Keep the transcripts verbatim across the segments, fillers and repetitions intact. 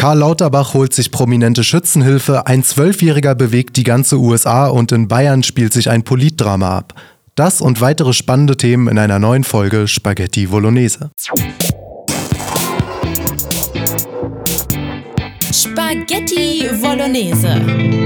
Karl Lauterbach holt sich prominente Schützenhilfe, ein Zwölfjähriger bewegt die ganze U S A und in Bayern spielt sich ein Politdrama ab. Das und weitere spannende Themen in einer neuen Folge Spaghetti Bolognese. Spaghetti Bolognese.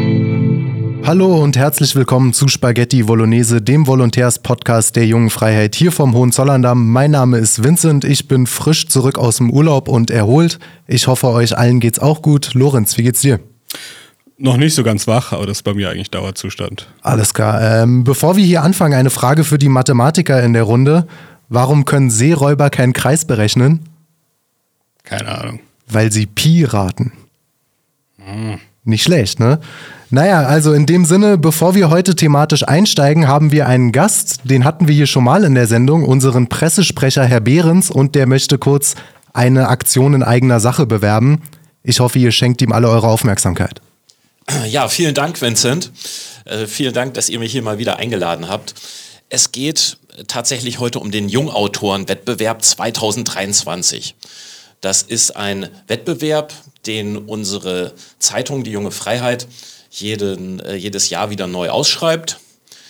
Hallo und herzlich willkommen zu Spaghetti Bolognese, dem Volontärs-Podcast der Jungen Freiheit hier vom Hohenzollern-Damm. Mein Name ist Vincent, ich bin frisch zurück aus dem Urlaub und erholt. Ich hoffe, euch allen geht's auch gut. Lorenz, wie geht's dir? Noch nicht so ganz wach, aber das ist bei mir eigentlich Dauerzustand. Alles klar. Ähm, bevor wir hier anfangen, eine Frage für die Mathematiker in der Runde. Warum können Seeräuber keinen Kreis berechnen? Keine Ahnung. Weil sie Pi raten. Hm. Nicht schlecht, ne? Naja, also in dem Sinne, bevor wir heute thematisch einsteigen, haben wir einen Gast, den hatten wir hier schon mal in der Sendung, unseren Pressesprecher Herr Behrens, und der möchte kurz eine Aktion in eigener Sache bewerben. Ich hoffe, ihr schenkt ihm alle eure Aufmerksamkeit. Ja, vielen Dank, Vincent. Äh, vielen Dank, dass ihr mich hier mal wieder eingeladen habt. Es geht tatsächlich heute um den Jungautorenwettbewerb zwanzig dreiundzwanzig. Das ist ein Wettbewerb, den unsere Zeitung, die Junge Freiheit, jeden, äh, jedes Jahr wieder neu ausschreibt.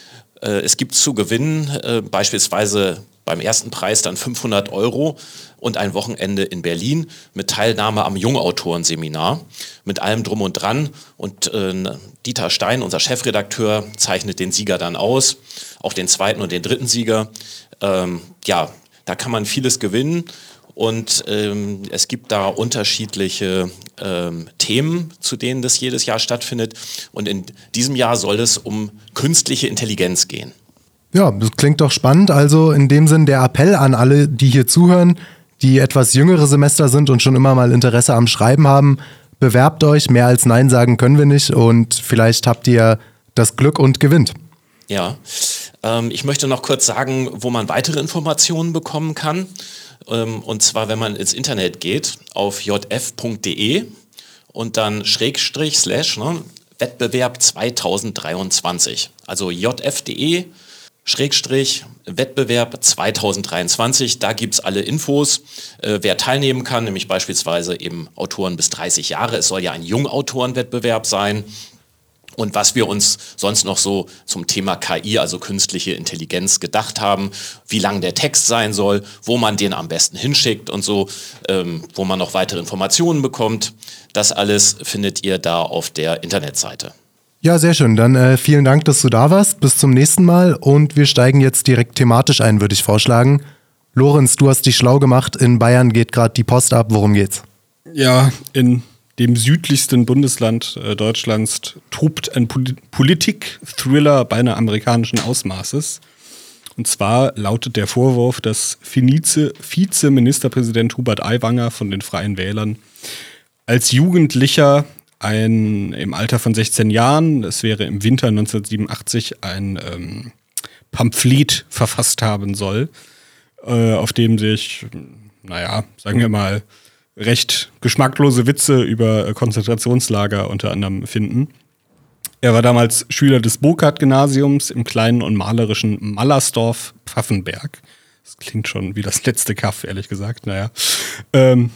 Äh, es gibt zu gewinnen äh, beispielsweise beim ersten Preis dann fünfhundert Euro und ein Wochenende in Berlin mit Teilnahme am Jungautorenseminar, mit allem drum und dran. Und äh, Dieter Stein, unser Chefredakteur, zeichnet den Sieger dann aus, auch den zweiten und den dritten Sieger. Ähm, ja, da kann man vieles gewinnen. Und ähm, es gibt da unterschiedliche ähm, Themen, zu denen das jedes Jahr stattfindet. Und in diesem Jahr soll es um künstliche Intelligenz gehen. Ja, das klingt doch spannend. Also in dem Sinn der Appell an alle, die hier zuhören, die etwas jüngere Semester sind und schon immer mal Interesse am Schreiben haben. Bewerbt euch, mehr als Nein sagen können wir nicht. Und vielleicht habt ihr das Glück und gewinnt. Ja, ähm, ich möchte noch kurz sagen, wo man weitere Informationen bekommen kann. Und zwar, wenn man ins Internet geht, auf j f punkt d e und dann Schrägstrich, Slash, ne, Wettbewerb zwanzig dreiundzwanzig. Also j f punkt d e, Schrägstrich, Wettbewerb zwanzig dreiundzwanzig. Da gibt es alle Infos, äh, wer teilnehmen kann, nämlich beispielsweise eben Autoren bis dreißig Jahre. Es soll ja ein Jungautorenwettbewerb sein. Und was wir uns sonst noch so zum Thema K I, also künstliche Intelligenz, gedacht haben, wie lang der Text sein soll, wo man den am besten hinschickt und so, ähm, wo man noch weitere Informationen bekommt. Das alles findet ihr da auf der Internetseite. Ja, sehr schön. Dann äh, vielen Dank, dass du da warst. Bis zum nächsten Mal. Und wir steigen jetzt direkt thematisch ein, würde ich vorschlagen. Lorenz, du hast dich schlau gemacht. In Bayern geht gerade die Post ab. Worum geht's? Ja, in dem südlichsten Bundesland äh, Deutschlands tobt ein Pol- Politik-Thriller beinahe amerikanischen Ausmaßes. Und zwar lautet der Vorwurf, dass Vize- Vizeministerpräsident Hubert Aiwanger von den Freien Wählern als Jugendlicher ein im Alter von sechzehn Jahren, es wäre im Winter neunzehnhundertsiebenundachtzig, ein ähm, Pamphlet verfasst haben soll, äh, auf dem sich, naja, sagen wir mal, recht geschmacklose Witze über Konzentrationslager unter anderem finden. Er war damals Schüler des Burkhardt-Gymnasiums im kleinen und malerischen Mallersdorf-Pfaffenberg. Das klingt schon wie das letzte Kaff, ehrlich gesagt. Naja. Ähm,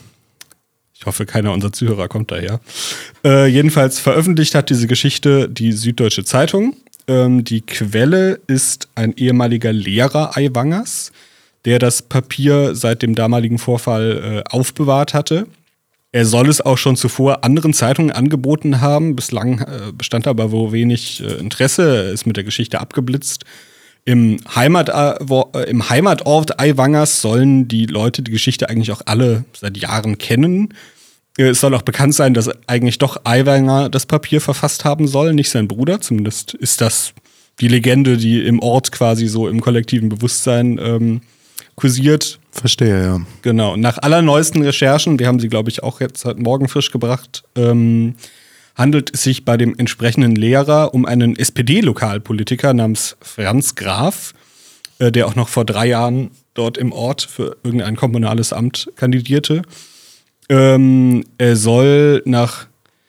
ich hoffe, keiner unserer Zuhörer kommt daher. Äh, jedenfalls veröffentlicht hat diese Geschichte die Süddeutsche Zeitung. Ähm, die Quelle ist ein ehemaliger Lehrer Aiwangers, der das Papier seit dem damaligen Vorfall äh, aufbewahrt hatte. Er soll es auch schon zuvor anderen Zeitungen angeboten haben. Bislang äh, bestand aber wohl wenig äh, Interesse. Er ist mit der Geschichte abgeblitzt. Im, Heimat, äh, Im Heimatort Aiwangers sollen die Leute die Geschichte eigentlich auch alle seit Jahren kennen. Äh, es soll auch bekannt sein, dass eigentlich doch Aiwanger das Papier verfasst haben soll, nicht sein Bruder. Zumindest ist das die Legende, die im Ort quasi so im kollektiven Bewusstsein ähm, kursiert. Verstehe, ja. Genau. Nach allerneuesten Recherchen, wir haben sie, glaube ich, auch jetzt heute Morgen frisch gebracht, ähm, handelt es sich bei dem entsprechenden Lehrer um einen S P D-Lokalpolitiker namens Franz Graf, äh, der auch noch vor drei Jahren dort im Ort für irgendein kommunales Amt kandidierte. Ähm, er soll nach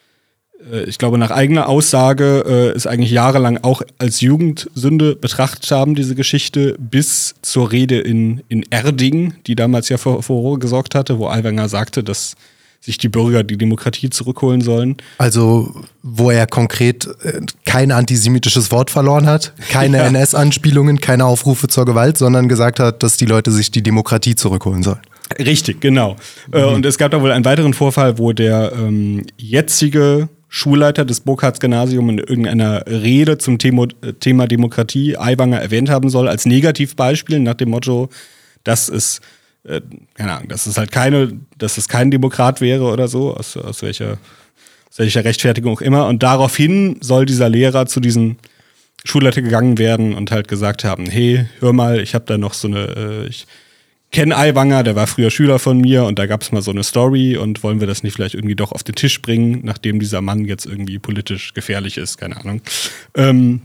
ich glaube, nach eigener Aussage äh, es eigentlich jahrelang auch als Jugendsünde betrachtet haben, diese Geschichte, bis zur Rede in, in Erding, die damals ja vor Furore gesorgt hatte, wo Aiwanger sagte, dass sich die Bürger die Demokratie zurückholen sollen. Also, wo er konkret äh, kein antisemitisches Wort verloren hat, keine Ja. N S-Anspielungen, keine Aufrufe zur Gewalt, sondern gesagt hat, dass die Leute sich die Demokratie zurückholen sollen. Richtig, genau. Mhm. Äh, und es gab da wohl einen weiteren Vorfall, wo der ähm, jetzige Schulleiter des Burkhardt-Gymnasiums in irgendeiner Rede zum Thema, äh, Thema Demokratie Aiwanger erwähnt haben soll, als Negativbeispiel nach dem Motto, dass es, äh, keine Ahnung, dass es halt keine, dass es kein Demokrat wäre oder so, aus, aus welcher, aus welcher Rechtfertigung auch immer. Und daraufhin soll dieser Lehrer zu diesem Schulleiter gegangen werden und halt gesagt haben, hey, hör mal, ich habe da noch so eine, äh, ich kenne Aiwanger, der war früher Schüler von mir und da gab es mal so eine Story und wollen wir das nicht vielleicht irgendwie doch auf den Tisch bringen, nachdem dieser Mann jetzt irgendwie politisch gefährlich ist, keine Ahnung. Ähm,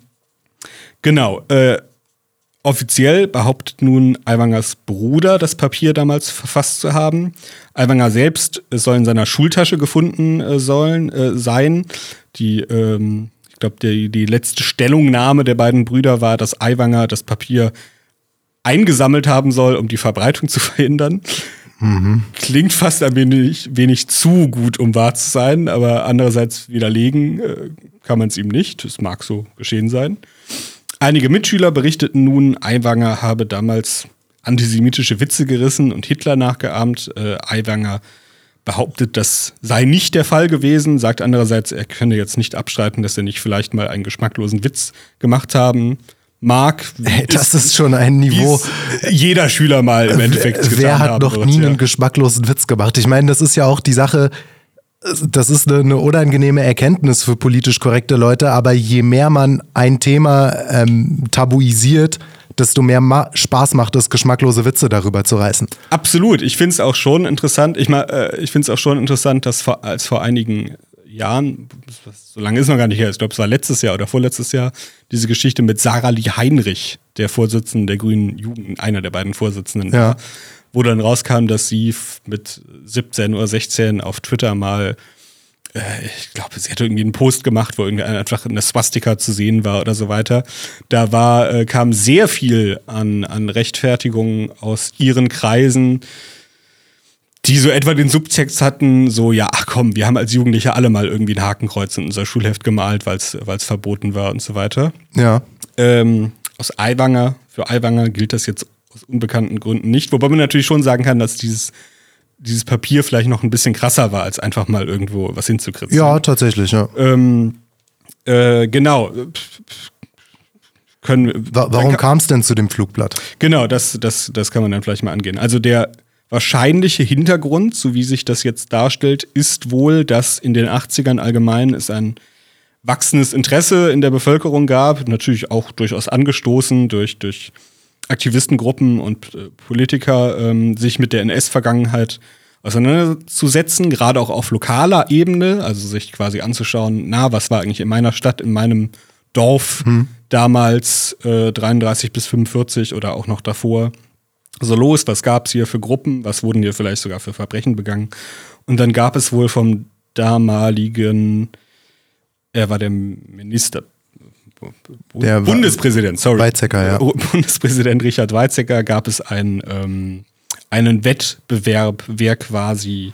genau, äh, offiziell behauptet nun Aiwangers Bruder, das Papier damals verfasst zu haben. Aiwanger selbst soll in seiner Schultasche gefunden äh, sollen, äh, sein. Die, ähm, ich glaube, die, die letzte Stellungnahme der beiden Brüder war, dass Aiwanger das Papier eingesammelt haben soll, um die Verbreitung zu verhindern. Mhm. Klingt fast ein wenig, wenig zu gut, um wahr zu sein, aber andererseits widerlegen äh, kann man es ihm nicht. Es mag so geschehen sein. Einige Mitschüler berichteten nun, Aiwanger habe damals antisemitische Witze gerissen und Hitler nachgeahmt. Äh, Aiwanger behauptet, das sei nicht der Fall gewesen, sagt andererseits, er könne jetzt nicht abstreiten, dass er nicht vielleicht mal einen geschmacklosen Witz gemacht haben mag. Das ist schon ein Niveau. Jeder Schüler mal im Endeffekt getan Wer hat haben noch wird, nie ja. einen geschmacklosen Witz gemacht? Ich meine, das ist ja auch die Sache, das ist eine, eine unangenehme Erkenntnis für politisch korrekte Leute, aber je mehr man ein Thema ähm, tabuisiert, desto mehr ma- Spaß macht es, geschmacklose Witze darüber zu reißen. Absolut. Ich finde es auch schon interessant, ich, mein, äh, ich finde es auch schon interessant, dass vor, als vor einigen Jahren, so lange ist noch gar nicht her, ich glaube, es war letztes Jahr oder vorletztes Jahr, diese Geschichte mit Sarah Lie Heinrich, der Vorsitzenden der Grünen Jugend, einer der beiden Vorsitzenden, ja. war, wo dann rauskam, dass sie mit siebzehn oder sechzehn auf Twitter mal, äh, ich glaube, sie hatte irgendwie einen Post gemacht, wo irgendwie einfach eine Swastika zu sehen war oder so weiter. Da war, äh, kam sehr viel an, an Rechtfertigungen aus ihren Kreisen, die so etwa den Subtext hatten, so, ja, ach komm, wir haben als Jugendliche alle mal irgendwie ein Hakenkreuz in unser Schulheft gemalt, weil es verboten war und so weiter. Ja. Ähm, aus Aiwanger, für Aiwanger gilt das jetzt aus unbekannten Gründen nicht, wobei man natürlich schon sagen kann, dass dieses, dieses Papier vielleicht noch ein bisschen krasser war, als einfach mal irgendwo was hinzukritzen. Ja, tatsächlich, ja. Ähm, äh, genau. Können, Wa- warum kam es denn zu dem Flugblatt? Genau, das, das, das kann man dann vielleicht mal angehen. Also der wahrscheinliche Hintergrund, so wie sich das jetzt darstellt, ist wohl, dass in den achtzigern allgemein es ein wachsendes Interesse in der Bevölkerung gab, natürlich auch durchaus angestoßen durch, durch Aktivistengruppen und äh, Politiker, ähm, sich mit der N S-Vergangenheit auseinanderzusetzen, gerade auch auf lokaler Ebene, also sich quasi anzuschauen, na, was war eigentlich in meiner Stadt, in meinem Dorf hm. damals äh, dreiunddreißig bis fünfundvierzig oder auch noch davor so los, was gab es hier für Gruppen, was wurden hier vielleicht sogar für Verbrechen begangen. Und dann gab es wohl vom damaligen, er war der Minister, Der Bundespräsident, sorry. Weizsäcker, ja. Bundespräsident Richard Weizsäcker, gab es ein, ähm, einen Wettbewerb, wer quasi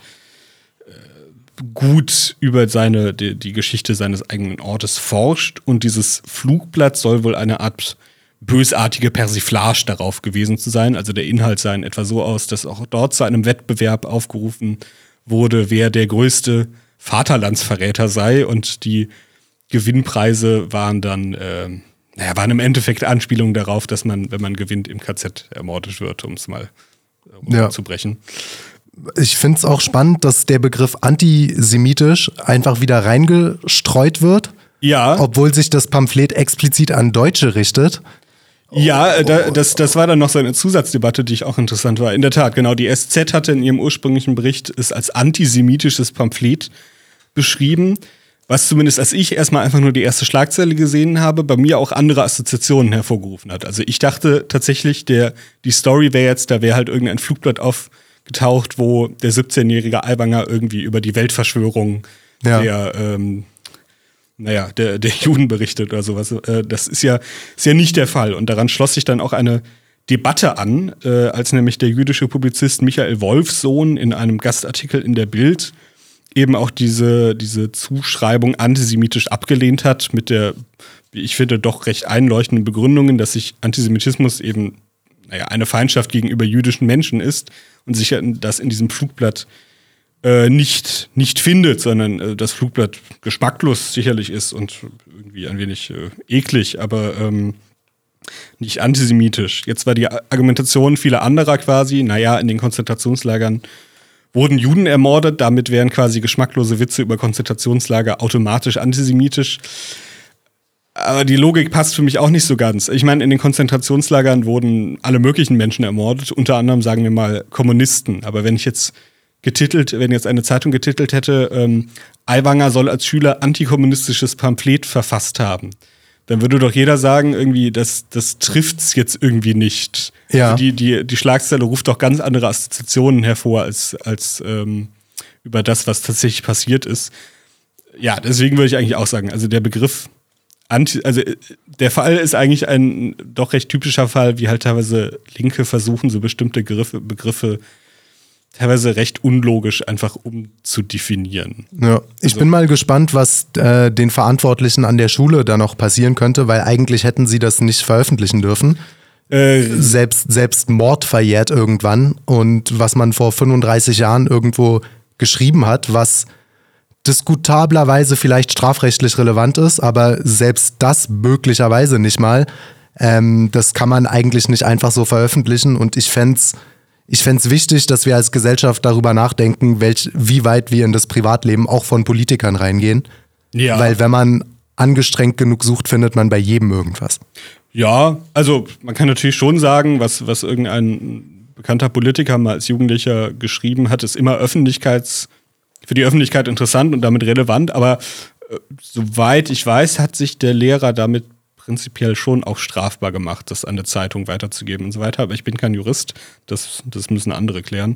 äh, gut über seine, die, die Geschichte seines eigenen Ortes forscht. Und dieses Flugblatt soll wohl eine Art bösartige Persiflage darauf gewesen zu sein. Also der Inhalt sah in etwa so aus, dass auch dort zu einem Wettbewerb aufgerufen wurde, wer der größte Vaterlandsverräter sei. Und die Gewinnpreise waren dann, äh, naja, waren im Endeffekt Anspielungen darauf, dass man, wenn man gewinnt, im K Z ermordet wird, um es mal runterzubrechen. Ja. Ich finde es auch spannend, dass der Begriff antisemitisch einfach wieder reingestreut wird. Ja. Obwohl sich das Pamphlet explizit an Deutsche richtet. Ja, da, das, das war dann noch so eine Zusatzdebatte, die ich auch interessant war. In der Tat, genau, die S Z hatte in ihrem ursprünglichen Bericht es als antisemitisches Pamphlet beschrieben, was zumindest als ich erstmal einfach nur die erste Schlagzeile gesehen habe, bei mir auch andere Assoziationen hervorgerufen hat. Also ich dachte tatsächlich, der, die Story wäre jetzt, da wäre halt irgendein Flugblatt aufgetaucht, wo der siebzehnjährige Aiwanger irgendwie über die Weltverschwörung ja. der ähm, naja, der, der Juden berichtet oder sowas. Das ist ja, ist ja nicht der Fall. Und daran schloss sich dann auch eine Debatte an, als nämlich der jüdische Publizist Michael Wolfsohn in einem Gastartikel in der Bild eben auch diese, diese Zuschreibung antisemitisch abgelehnt hat mit der, wie ich finde, doch recht einleuchtenden Begründungen, dass sich Antisemitismus eben naja, eine Feindschaft gegenüber jüdischen Menschen ist und sich das in diesem Flugblatt äh, nicht, nicht findet, sondern äh, das Flugblatt geschmacklos sicherlich ist und irgendwie ein wenig äh, eklig, aber ähm, nicht antisemitisch. Jetzt war die Argumentation vieler anderer quasi, naja, in den Konzentrationslagern wurden Juden ermordet, damit wären quasi geschmacklose Witze über Konzentrationslager automatisch antisemitisch. Aber die Logik passt für mich auch nicht so ganz. Ich meine, in den Konzentrationslagern wurden alle möglichen Menschen ermordet, unter anderem, sagen wir mal, Kommunisten. Aber wenn ich jetzt getitelt, wenn jetzt eine Zeitung getitelt hätte, ähm, Aiwanger soll als Schüler antikommunistisches Pamphlet verfasst haben, dann würde doch jeder sagen, irgendwie, das, das trifft's jetzt irgendwie nicht. Ja. Also die, die, die Schlagzeile ruft doch ganz andere Assoziationen hervor, als, als ähm, über das, was tatsächlich passiert ist. Ja, deswegen würde ich eigentlich auch sagen, also der Begriff Anti, also der Fall ist eigentlich ein doch recht typischer Fall, wie halt teilweise Linke versuchen, so bestimmte Begriffe, Begriffe teilweise recht unlogisch einfach umzudefinieren. Ja, ich also, bin mal gespannt, was äh, den Verantwortlichen an der Schule da noch passieren könnte, weil eigentlich hätten sie das nicht veröffentlichen dürfen. Äh, selbst, selbst Mord verjährt irgendwann. Und was man vor fünfunddreißig Jahren irgendwo geschrieben hat, was diskutablerweise vielleicht strafrechtlich relevant ist, aber selbst das möglicherweise nicht mal. Ähm, das kann man eigentlich nicht einfach so veröffentlichen. Und ich fände es Ich fände es wichtig, dass wir als Gesellschaft darüber nachdenken, welch, wie weit wir in das Privatleben auch von Politikern reingehen. Ja. Weil wenn man angestrengt genug sucht, findet man bei jedem irgendwas. Ja, also man kann natürlich schon sagen, was, was irgendein bekannter Politiker mal als Jugendlicher geschrieben hat, ist immer Öffentlichkeits, für die Öffentlichkeit interessant und damit relevant. Aber äh, soweit ich weiß, hat sich der Lehrer damit prinzipiell schon auch strafbar gemacht, das an eine Zeitung weiterzugeben und so weiter. Aber ich bin kein Jurist, das, das müssen andere klären.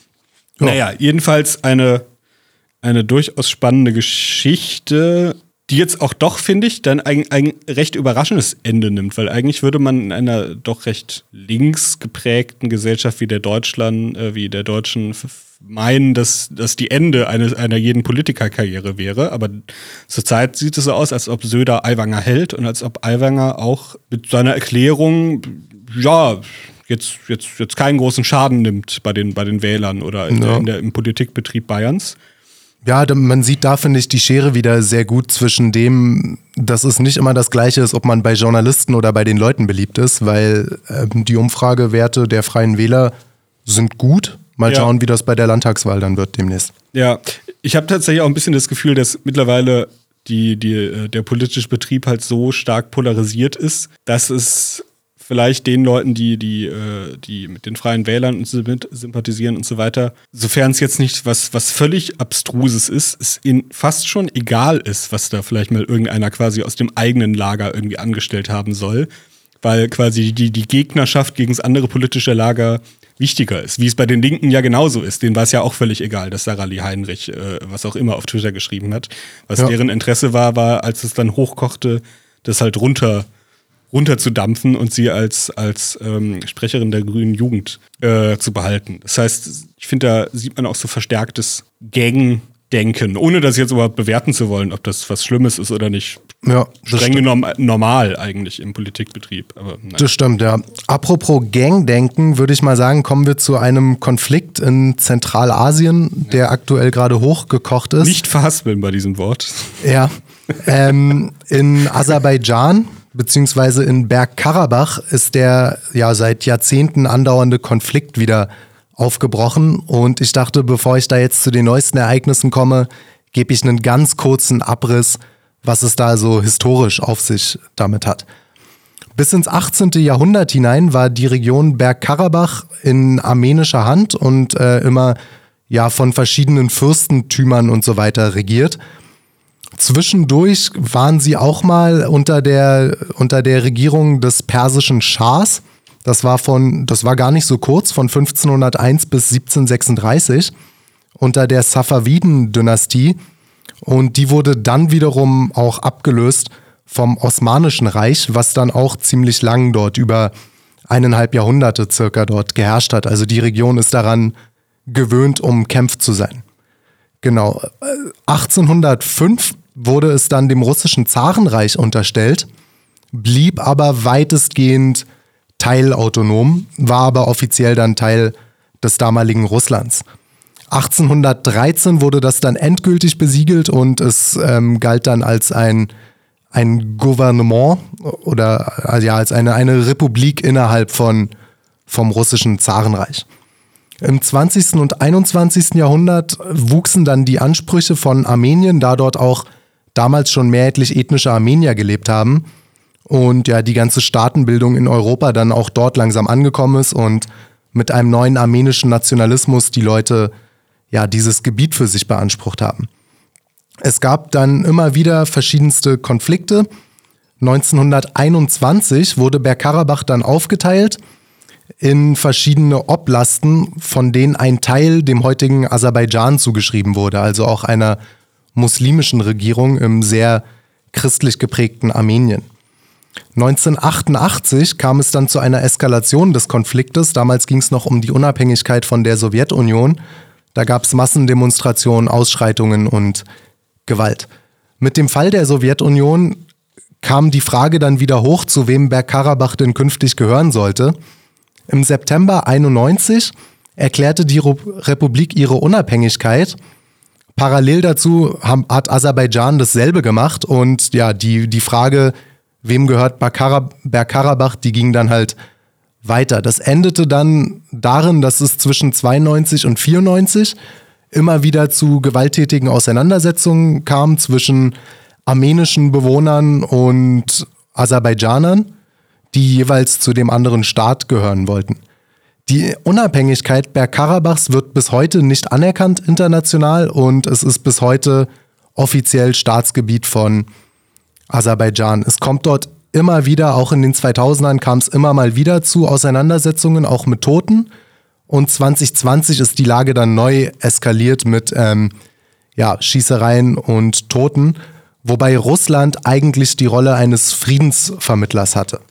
Ja. Naja, jedenfalls eine, eine durchaus spannende Geschichte, die jetzt auch doch, finde ich, dann ein, ein recht überraschendes Ende nimmt, weil eigentlich würde man in einer doch recht links geprägten Gesellschaft wie der Deutschland, äh, wie der deutschen meinen, dass das die Ende eines, einer jeden Politikerkarriere wäre. Aber zurzeit sieht es so aus, als ob Söder Aiwanger hält und als ob Aiwanger auch mit seiner Erklärung, ja, jetzt, jetzt, jetzt keinen großen Schaden nimmt bei den, bei den Wählern oder in, ja. der, in der, im Politikbetrieb Bayerns. Ja, man sieht da, finde ich, die Schere wieder sehr gut zwischen dem, dass es nicht immer das Gleiche ist, ob man bei Journalisten oder bei den Leuten beliebt ist, weil ähm, die Umfragewerte der Freien Wähler sind gut. Mal ja. schauen, wie das bei der Landtagswahl dann wird demnächst. Ja, ich habe tatsächlich auch ein bisschen das Gefühl, dass mittlerweile die, die, der politische Betrieb halt so stark polarisiert ist, dass es vielleicht den Leuten, die, die, die mit den Freien Wählern sympathisieren und so weiter, sofern es jetzt nicht was, was völlig Abstruses ist, es ihnen fast schon egal ist, was da vielleicht mal irgendeiner quasi aus dem eigenen Lager irgendwie angestellt haben soll, weil quasi die, die Gegnerschaft gegen das andere politische Lager wichtiger ist, wie es bei den Linken ja genauso ist. Denen war es ja auch völlig egal, dass Sarah Lee Heinrich, äh, was auch immer, auf Twitter geschrieben hat. Was ja. deren Interesse war, war, als es dann hochkochte, das halt runter runterzudampfen und sie als, als ähm, Sprecherin der grünen Jugend äh, zu behalten. Das heißt, ich finde, da sieht man auch so verstärktes Gang-Denken, ohne das jetzt überhaupt bewerten zu wollen, ob das was Schlimmes ist oder nicht. Ja, streng genommen normal eigentlich im Politikbetrieb. Aber nein. Das stimmt, ja. Apropos Gang-Denken, würde ich mal sagen, kommen wir zu einem Konflikt in Zentralasien, der ja. aktuell gerade hochgekocht ist. Nicht verhaspeln bei diesem Wort. Ja. ähm, in Aserbaidschan beziehungsweise in Bergkarabach ist der ja seit Jahrzehnten andauernde Konflikt wieder aufgebrochen. Und ich dachte, bevor ich da jetzt zu den neuesten Ereignissen komme, gebe ich einen ganz kurzen Abriss, was es da so historisch auf sich damit hat. Bis ins achtzehnten Jahrhundert hinein war die Region Bergkarabach in armenischer Hand und äh, immer ja von verschiedenen Fürstentümern und so weiter regiert. Zwischendurch waren sie auch mal unter der, unter der Regierung des persischen Schahs. Das war von, das war gar nicht so kurz, von fünfzehnhunderteins bis siebzehnhundertsechsunddreißig unter der Safawiden-Dynastie. Und die wurde dann wiederum auch abgelöst vom Osmanischen Reich, was dann auch ziemlich lang dort, über eineinhalb Jahrhunderte circa dort geherrscht hat. Also die Region ist daran gewöhnt, umkämpft zu sein. Genau. achtzehnhundertfünf wurde es dann dem russischen Zarenreich unterstellt, blieb aber weitestgehend teilautonom, war aber offiziell dann Teil des damaligen Russlands. achtzehnhundertdreizehn wurde das dann endgültig besiegelt und es ähm, galt dann als ein, ein Gouvernement oder also ja, als eine, eine Republik innerhalb von, vom russischen Zarenreich. Im zwanzigsten und einundzwanzigsten Jahrhundert wuchsen dann die Ansprüche von Armenien, da dort auch damals schon mehrheitlich ethnische Armenier gelebt haben und ja die ganze Staatenbildung in Europa dann auch dort langsam angekommen ist und mit einem neuen armenischen Nationalismus die Leute ja dieses Gebiet für sich beansprucht haben. Es gab dann immer wieder verschiedenste Konflikte. neunzehnhunderteinundzwanzig wurde Bergkarabach dann aufgeteilt in verschiedene Oblasten, von denen ein Teil dem heutigen Aserbaidschan zugeschrieben wurde, also auch einer muslimischen Regierung im sehr christlich geprägten Armenien. neunzehnhundertachtundachtzig kam es dann zu einer Eskalation des Konfliktes. Damals ging es noch um die Unabhängigkeit von der Sowjetunion. Da gab es Massendemonstrationen, Ausschreitungen und Gewalt. Mit dem Fall der Sowjetunion kam die Frage dann wieder hoch, zu wem Bergkarabach denn künftig gehören sollte. Im September einundneunzig erklärte die Republik ihre Unabhängigkeit. Parallel dazu hat Aserbaidschan dasselbe gemacht und ja, die, die Frage, wem gehört Bergkarabach, die ging dann halt weiter. Das endete dann darin, dass es zwischen zweiundneunzig und vierundneunzig immer wieder zu gewalttätigen Auseinandersetzungen kam zwischen armenischen Bewohnern und Aserbaidschanern, die jeweils zu dem anderen Staat gehören wollten. Die Unabhängigkeit Bergkarabachs wird bis heute nicht anerkannt international und es ist bis heute offiziell Staatsgebiet von Aserbaidschan. Es kommt dort immer wieder, auch in den zweitausendern kam es immer mal wieder zu Auseinandersetzungen, auch mit Toten. Und zwanzig zwanzig ist die Lage dann neu eskaliert mit ähm, ja, Schießereien und Toten, wobei Russland eigentlich die Rolle eines Friedensvermittlers hatte.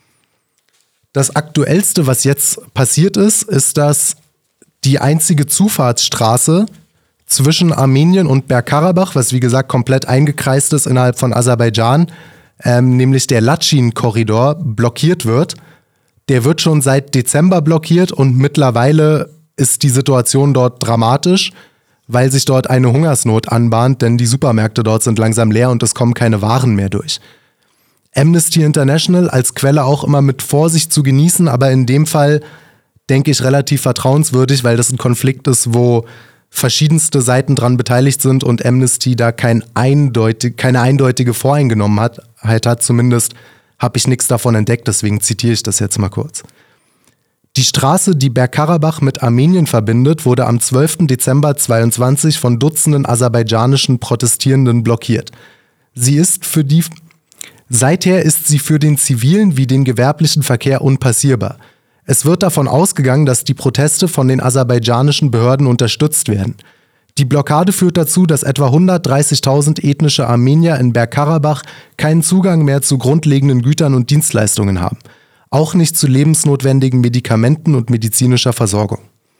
Das Aktuellste, was jetzt passiert ist, ist, dass die einzige Zufahrtsstraße zwischen Armenien und Bergkarabach, was wie gesagt komplett eingekreist ist innerhalb von Aserbaidschan, ähm, nämlich der Latschin-Korridor, blockiert wird. Der wird schon seit Dezember blockiert und mittlerweile ist die Situation dort dramatisch, weil sich dort eine Hungersnot anbahnt, denn die Supermärkte dort sind langsam leer und es kommen keine Waren mehr durch. Amnesty International als Quelle auch immer mit Vorsicht zu genießen, aber in dem Fall denke ich relativ vertrauenswürdig, weil das ein Konflikt ist, wo verschiedenste Seiten dran beteiligt sind und Amnesty da kein eindeutig, keine eindeutige Voreingenommenheit hat. Zumindest habe ich nichts davon entdeckt, deswegen zitiere ich das jetzt mal kurz. Die Straße, die Bergkarabach mit Armenien verbindet, wurde am zwölften Dezember zweiundzwanzig von Dutzenden aserbaidschanischen Protestierenden blockiert. Sie ist für die Seither ist sie für den zivilen wie den gewerblichen Verkehr unpassierbar. Es wird davon ausgegangen, dass die Proteste von den aserbaidschanischen Behörden unterstützt werden. Die Blockade führt dazu, dass etwa hundertdreißigtausend ethnische Armenier in Bergkarabach keinen Zugang mehr zu grundlegenden Gütern und Dienstleistungen haben. Auch nicht zu lebensnotwendigen Medikamenten und medizinischer Versorgung.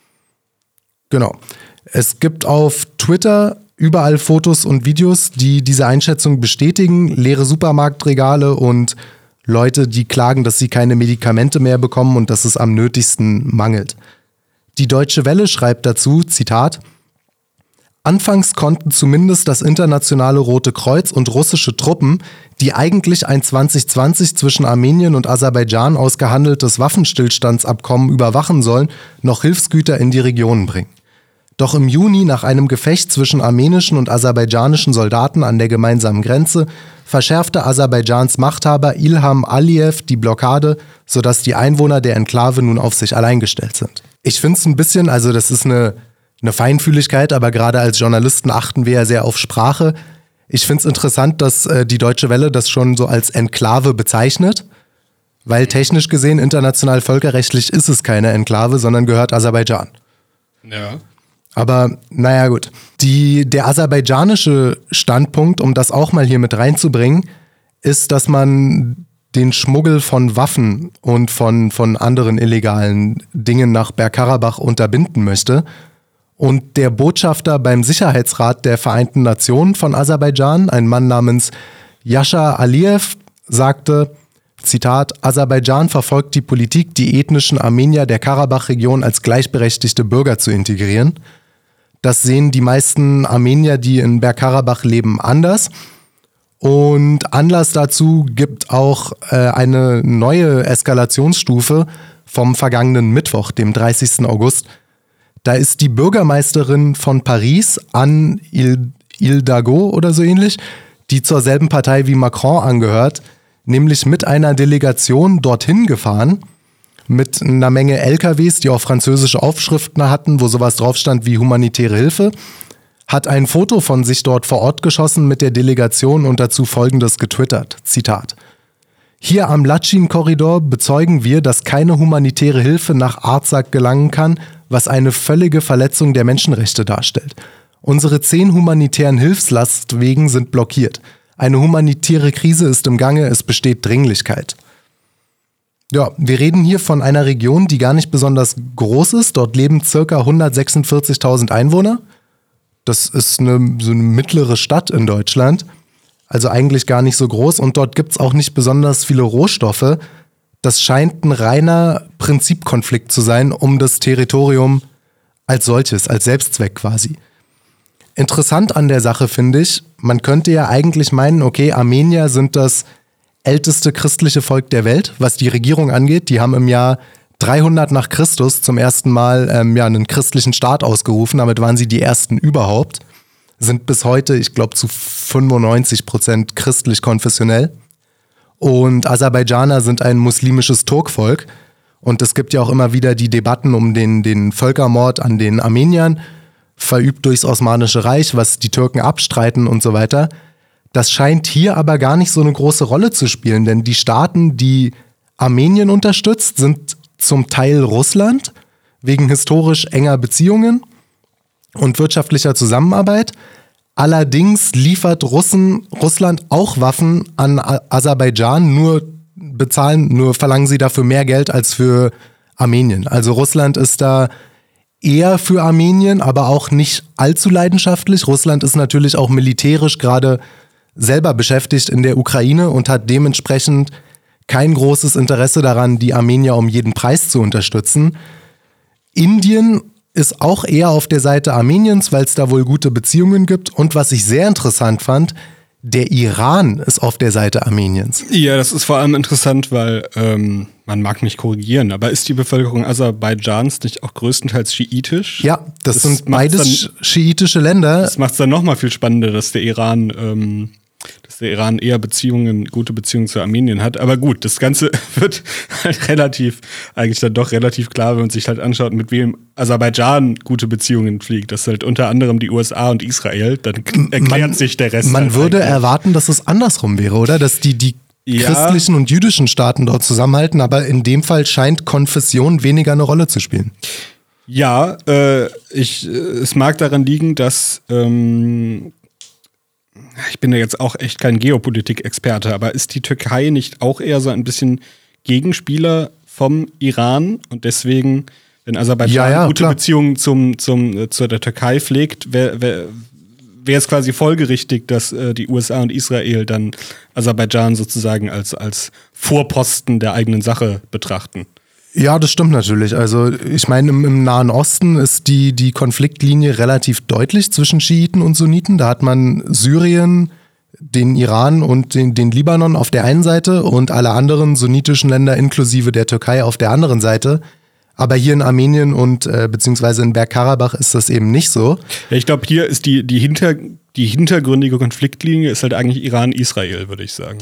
Genau. Es gibt auf Twitter überall Fotos und Videos, die diese Einschätzung bestätigen. Leere Supermarktregale und Leute, die klagen, dass sie keine Medikamente mehr bekommen und dass es am nötigsten mangelt. Die Deutsche Welle schreibt dazu, Zitat, Anfangs konnten zumindest das Internationale Rote Kreuz und russische Truppen, die eigentlich ein zwanzig zwanzig zwischen Armenien und Aserbaidschan ausgehandeltes Waffenstillstandsabkommen überwachen sollen, noch Hilfsgüter in die Region bringen. Doch im Juni, nach einem Gefecht zwischen armenischen und aserbaidschanischen Soldaten an der gemeinsamen Grenze, verschärfte Aserbaidschans Machthaber Ilham Aliyev die Blockade, sodass die Einwohner der Enklave nun auf sich allein gestellt sind. Ich finde es ein bisschen, also das ist eine, eine Feinfühligkeit, aber gerade als Journalisten achten wir ja sehr auf Sprache. Ich finde es interessant, dass äh, die Deutsche Welle das schon so als Enklave bezeichnet, weil technisch gesehen, international völkerrechtlich ist es keine Enklave, sondern gehört Aserbaidschan. Ja. Aber naja gut, die, der aserbaidschanische Standpunkt, um das auch mal hier mit reinzubringen, ist, dass man den Schmuggel von Waffen und von, von anderen illegalen Dingen nach Bergkarabach unterbinden möchte. Und der Botschafter beim Sicherheitsrat der Vereinten Nationen von Aserbaidschan, ein Mann namens Yashar Aliyev, sagte, Zitat, Aserbaidschan verfolgt die Politik, die ethnischen Armenier der Karabach-Region als gleichberechtigte Bürger zu integrieren. Das sehen die meisten Armenier, die in Bergkarabach leben, anders. Und Anlass dazu gibt auch äh, eine neue Eskalationsstufe vom vergangenen Mittwoch, dem dreißigsten August. Da ist die Bürgermeisterin von Paris, Anne Hidalgo oder so ähnlich, die zur selben Partei wie Macron angehört, nämlich mit einer Delegation dorthin gefahren, mit einer Menge L K Ws, die auch französische Aufschriften hatten, wo sowas drauf stand wie humanitäre Hilfe, hat ein Foto von sich dort vor Ort geschossen mit der Delegation und dazu Folgendes getwittert, Zitat. Hier am Latschin-Korridor bezeugen wir, dass keine humanitäre Hilfe nach Artsakh gelangen kann, was eine völlige Verletzung der Menschenrechte darstellt. Unsere zehn humanitären Hilfslastwegen sind blockiert. Eine humanitäre Krise ist im Gange, es besteht Dringlichkeit. Ja, wir reden hier von einer Region, die gar nicht besonders groß ist. Dort leben ca. hundertsechsundvierzigtausend Einwohner. Das ist eine, so eine mittlere Stadt in Deutschland. Also eigentlich gar nicht so groß. Und dort gibt es auch nicht besonders viele Rohstoffe. Das scheint ein reiner Prinzipkonflikt zu sein um das Territorium als solches, als Selbstzweck quasi. Interessant an der Sache finde ich, man könnte ja eigentlich meinen, okay, Armenier sind das älteste christliche Volk der Welt, was die Regierung angeht. Die haben im Jahr dreihundert nach Christus zum ersten Mal ähm, ja, einen christlichen Staat ausgerufen. Damit waren sie die ersten überhaupt. Sind bis heute, ich glaube, zu fünfundneunzig Prozent christlich konfessionell. Und Aserbaidschaner sind ein muslimisches Turkvolk. Und es gibt ja auch immer wieder die Debatten um den, den Völkermord an den Armeniern, verübt durchs Osmanische Reich, was die Türken abstreiten und so weiter. Das scheint hier aber gar nicht so eine große Rolle zu spielen, denn die Staaten, die Armenien unterstützt, sind zum Teil Russland, wegen historisch enger Beziehungen und wirtschaftlicher Zusammenarbeit. Allerdings liefert Russen, Russland auch Waffen an Aserbaidschan, nur bezahlen, nur verlangen sie dafür mehr Geld als für Armenien. Also Russland ist da eher für Armenien, aber auch nicht allzu leidenschaftlich. Russland ist natürlich auch militärisch gerade selber beschäftigt in der Ukraine und hat dementsprechend kein großes Interesse daran, die Armenier um jeden Preis zu unterstützen. Indien ist auch eher auf der Seite Armeniens, weil es da wohl gute Beziehungen gibt. Und was ich sehr interessant fand, der Iran ist auf der Seite Armeniens. Ja, das ist vor allem interessant, weil ähm, man mag mich korrigieren, aber ist die Bevölkerung Aserbaidschans nicht auch größtenteils schiitisch? Ja, das, das sind beides dann, schiitische Länder. Das macht es dann nochmal viel spannender, dass der Iran, ähm, dass der Iran eher Beziehungen, gute Beziehungen zu Armenien hat. Aber gut, das Ganze wird halt relativ, eigentlich dann doch relativ klar, wenn man sich halt anschaut, mit wem Aserbaidschan gute Beziehungen pflegt. Das ist halt unter anderem die U S A und Israel. Dann erklärt man, sich der Rest. Man halt würde eigentlich. erwarten, dass es andersrum wäre, oder? Dass die, die ja. christlichen und jüdischen Staaten dort zusammenhalten, aber in dem Fall scheint Konfession weniger eine Rolle zu spielen. Ja, äh, ich, es mag daran liegen, dass ähm, ich bin ja jetzt auch echt kein Geopolitik-Experte, aber ist die Türkei nicht auch eher so ein bisschen Gegenspieler vom Iran und deswegen, wenn Aserbaidschan ja, ja, gute klar. Beziehungen zum, zum, zu der Türkei pflegt, wäre wär, wär es quasi folgerichtig, dass äh, die U S A und Israel dann Aserbaidschan sozusagen als, als Vorposten der eigenen Sache betrachten. Ja, das stimmt natürlich. Also ich meine, im, im Nahen Osten ist die, die Konfliktlinie relativ deutlich zwischen Schiiten und Sunniten. Da hat man Syrien, den Iran und den, den Libanon auf der einen Seite und alle anderen sunnitischen Länder inklusive der Türkei auf der anderen Seite. Aber hier in Armenien und äh, beziehungsweise in Bergkarabach ist das eben nicht so. Ja, ich glaube, hier ist die, die, hinter, die hintergründige Konfliktlinie ist halt eigentlich Iran-Israel, würde ich sagen.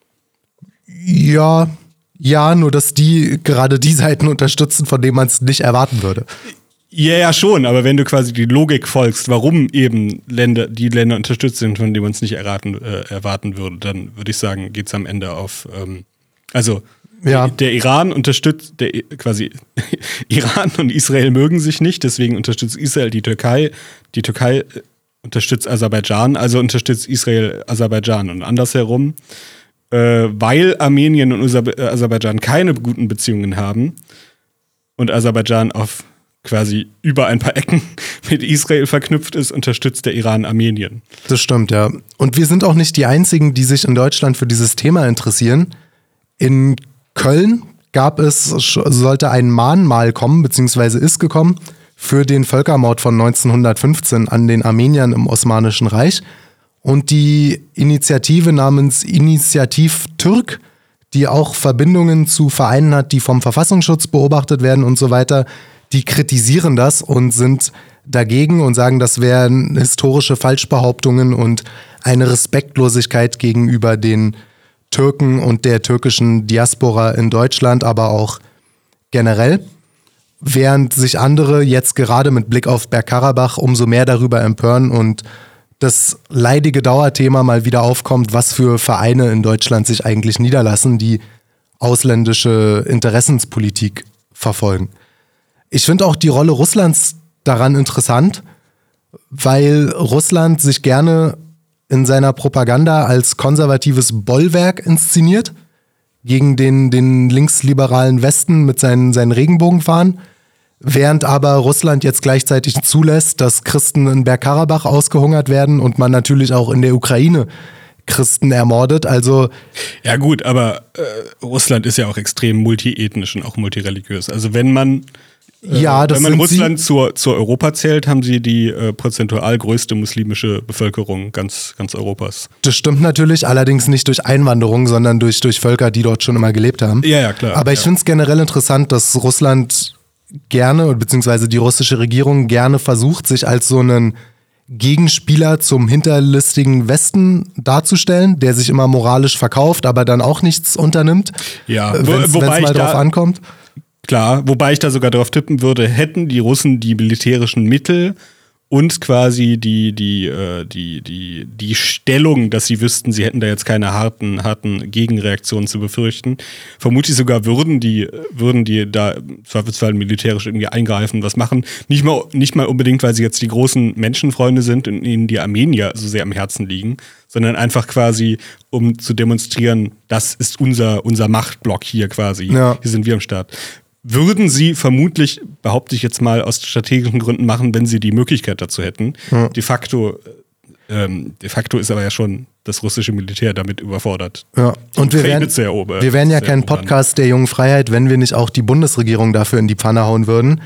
Ja, ja, nur dass die gerade die Seiten unterstützen, von denen man es nicht erwarten würde. Ja, ja, schon, aber wenn du quasi die Logik folgst, warum eben Länder, die Länder unterstützt sind, von denen man es nicht erraten, äh, erwarten würde, dann würde ich sagen, geht es am Ende auf, ähm, also ja. der Iran unterstützt, der quasi Iran und Israel mögen sich nicht, deswegen unterstützt Israel die Türkei, die Türkei unterstützt Aserbaidschan, also unterstützt Israel Aserbaidschan und andersherum, äh, weil Armenien und Aserbaidschan keine guten Beziehungen haben und Aserbaidschan auf quasi über ein paar Ecken mit Israel verknüpft ist, unterstützt der Iran Armenien. Das stimmt, ja. Und wir sind auch nicht die Einzigen, die sich in Deutschland für dieses Thema interessieren. In Köln gab es, sollte ein Mahnmal kommen, beziehungsweise ist gekommen, für den Völkermord von neunzehnhundertfünfzehn an den Armeniern im Osmanischen Reich. Und die Initiative namens Initiativ Türk, die auch Verbindungen zu Vereinen hat, die vom Verfassungsschutz beobachtet werden und so weiter, die kritisieren das und sind dagegen und sagen, das wären historische Falschbehauptungen und eine Respektlosigkeit gegenüber den Türken und der türkischen Diaspora in Deutschland, aber auch generell. Während sich andere jetzt gerade mit Blick auf Bergkarabach umso mehr darüber empören und das leidige Dauerthema mal wieder aufkommt, was für Vereine in Deutschland sich eigentlich niederlassen, die ausländische Interessenspolitik verfolgen. Ich finde auch die Rolle Russlands daran interessant, weil Russland sich gerne in seiner Propaganda als konservatives Bollwerk inszeniert, gegen den, den linksliberalen Westen mit seinen, seinen Regenbogenfahnen, während aber Russland jetzt gleichzeitig zulässt, dass Christen in Bergkarabach ausgehungert werden und man natürlich auch in der Ukraine Christen ermordet. Also ja gut, aber äh, Russland ist ja auch extrem multiethnisch und auch multireligiös. Also wenn man Ja, das Wenn man sind Russland sie. zur, zur Europa zählt, haben sie die äh, prozentual größte muslimische Bevölkerung ganz, ganz Europas. Das stimmt natürlich, allerdings nicht durch Einwanderung, sondern durch, durch Völker, die dort schon immer gelebt haben. Ja, ja, klar. Aber ich ja. finde es generell interessant, dass Russland gerne, beziehungsweise die russische Regierung gerne versucht, sich als so einen Gegenspieler zum hinterlistigen Westen darzustellen, der sich immer moralisch verkauft, aber dann auch nichts unternimmt, Ja, wenn es wobei mal ich drauf da- ankommt. Klar, wobei ich da sogar darauf tippen würde, hätten die Russen die militärischen Mittel und quasi die, die, äh, die, die, die Stellung, dass sie wüssten, sie hätten da jetzt keine harten, harten Gegenreaktionen zu befürchten. Vermutlich sogar würden die, würden die da im Zweifelsfall militärisch irgendwie eingreifen, was machen. Nicht mal, nicht mal unbedingt, weil sie jetzt die großen Menschenfreunde sind und ihnen die Armenier so sehr am Herzen liegen, sondern einfach quasi, um zu demonstrieren, das ist unser, unser Machtblock hier quasi. Ja. Hier sind wir am Start. Würden sie vermutlich, behaupte ich jetzt mal, aus strategischen Gründen machen, wenn sie die Möglichkeit dazu hätten. Ja. De facto, ähm, de facto ist aber ja schon das russische Militär damit überfordert. Ja. Und wir Ukraine wären, zu erobern. wir wären ja zu kein erobern. Podcast der jungen Freiheit, wenn wir nicht auch die Bundesregierung dafür in die Pfanne hauen würden.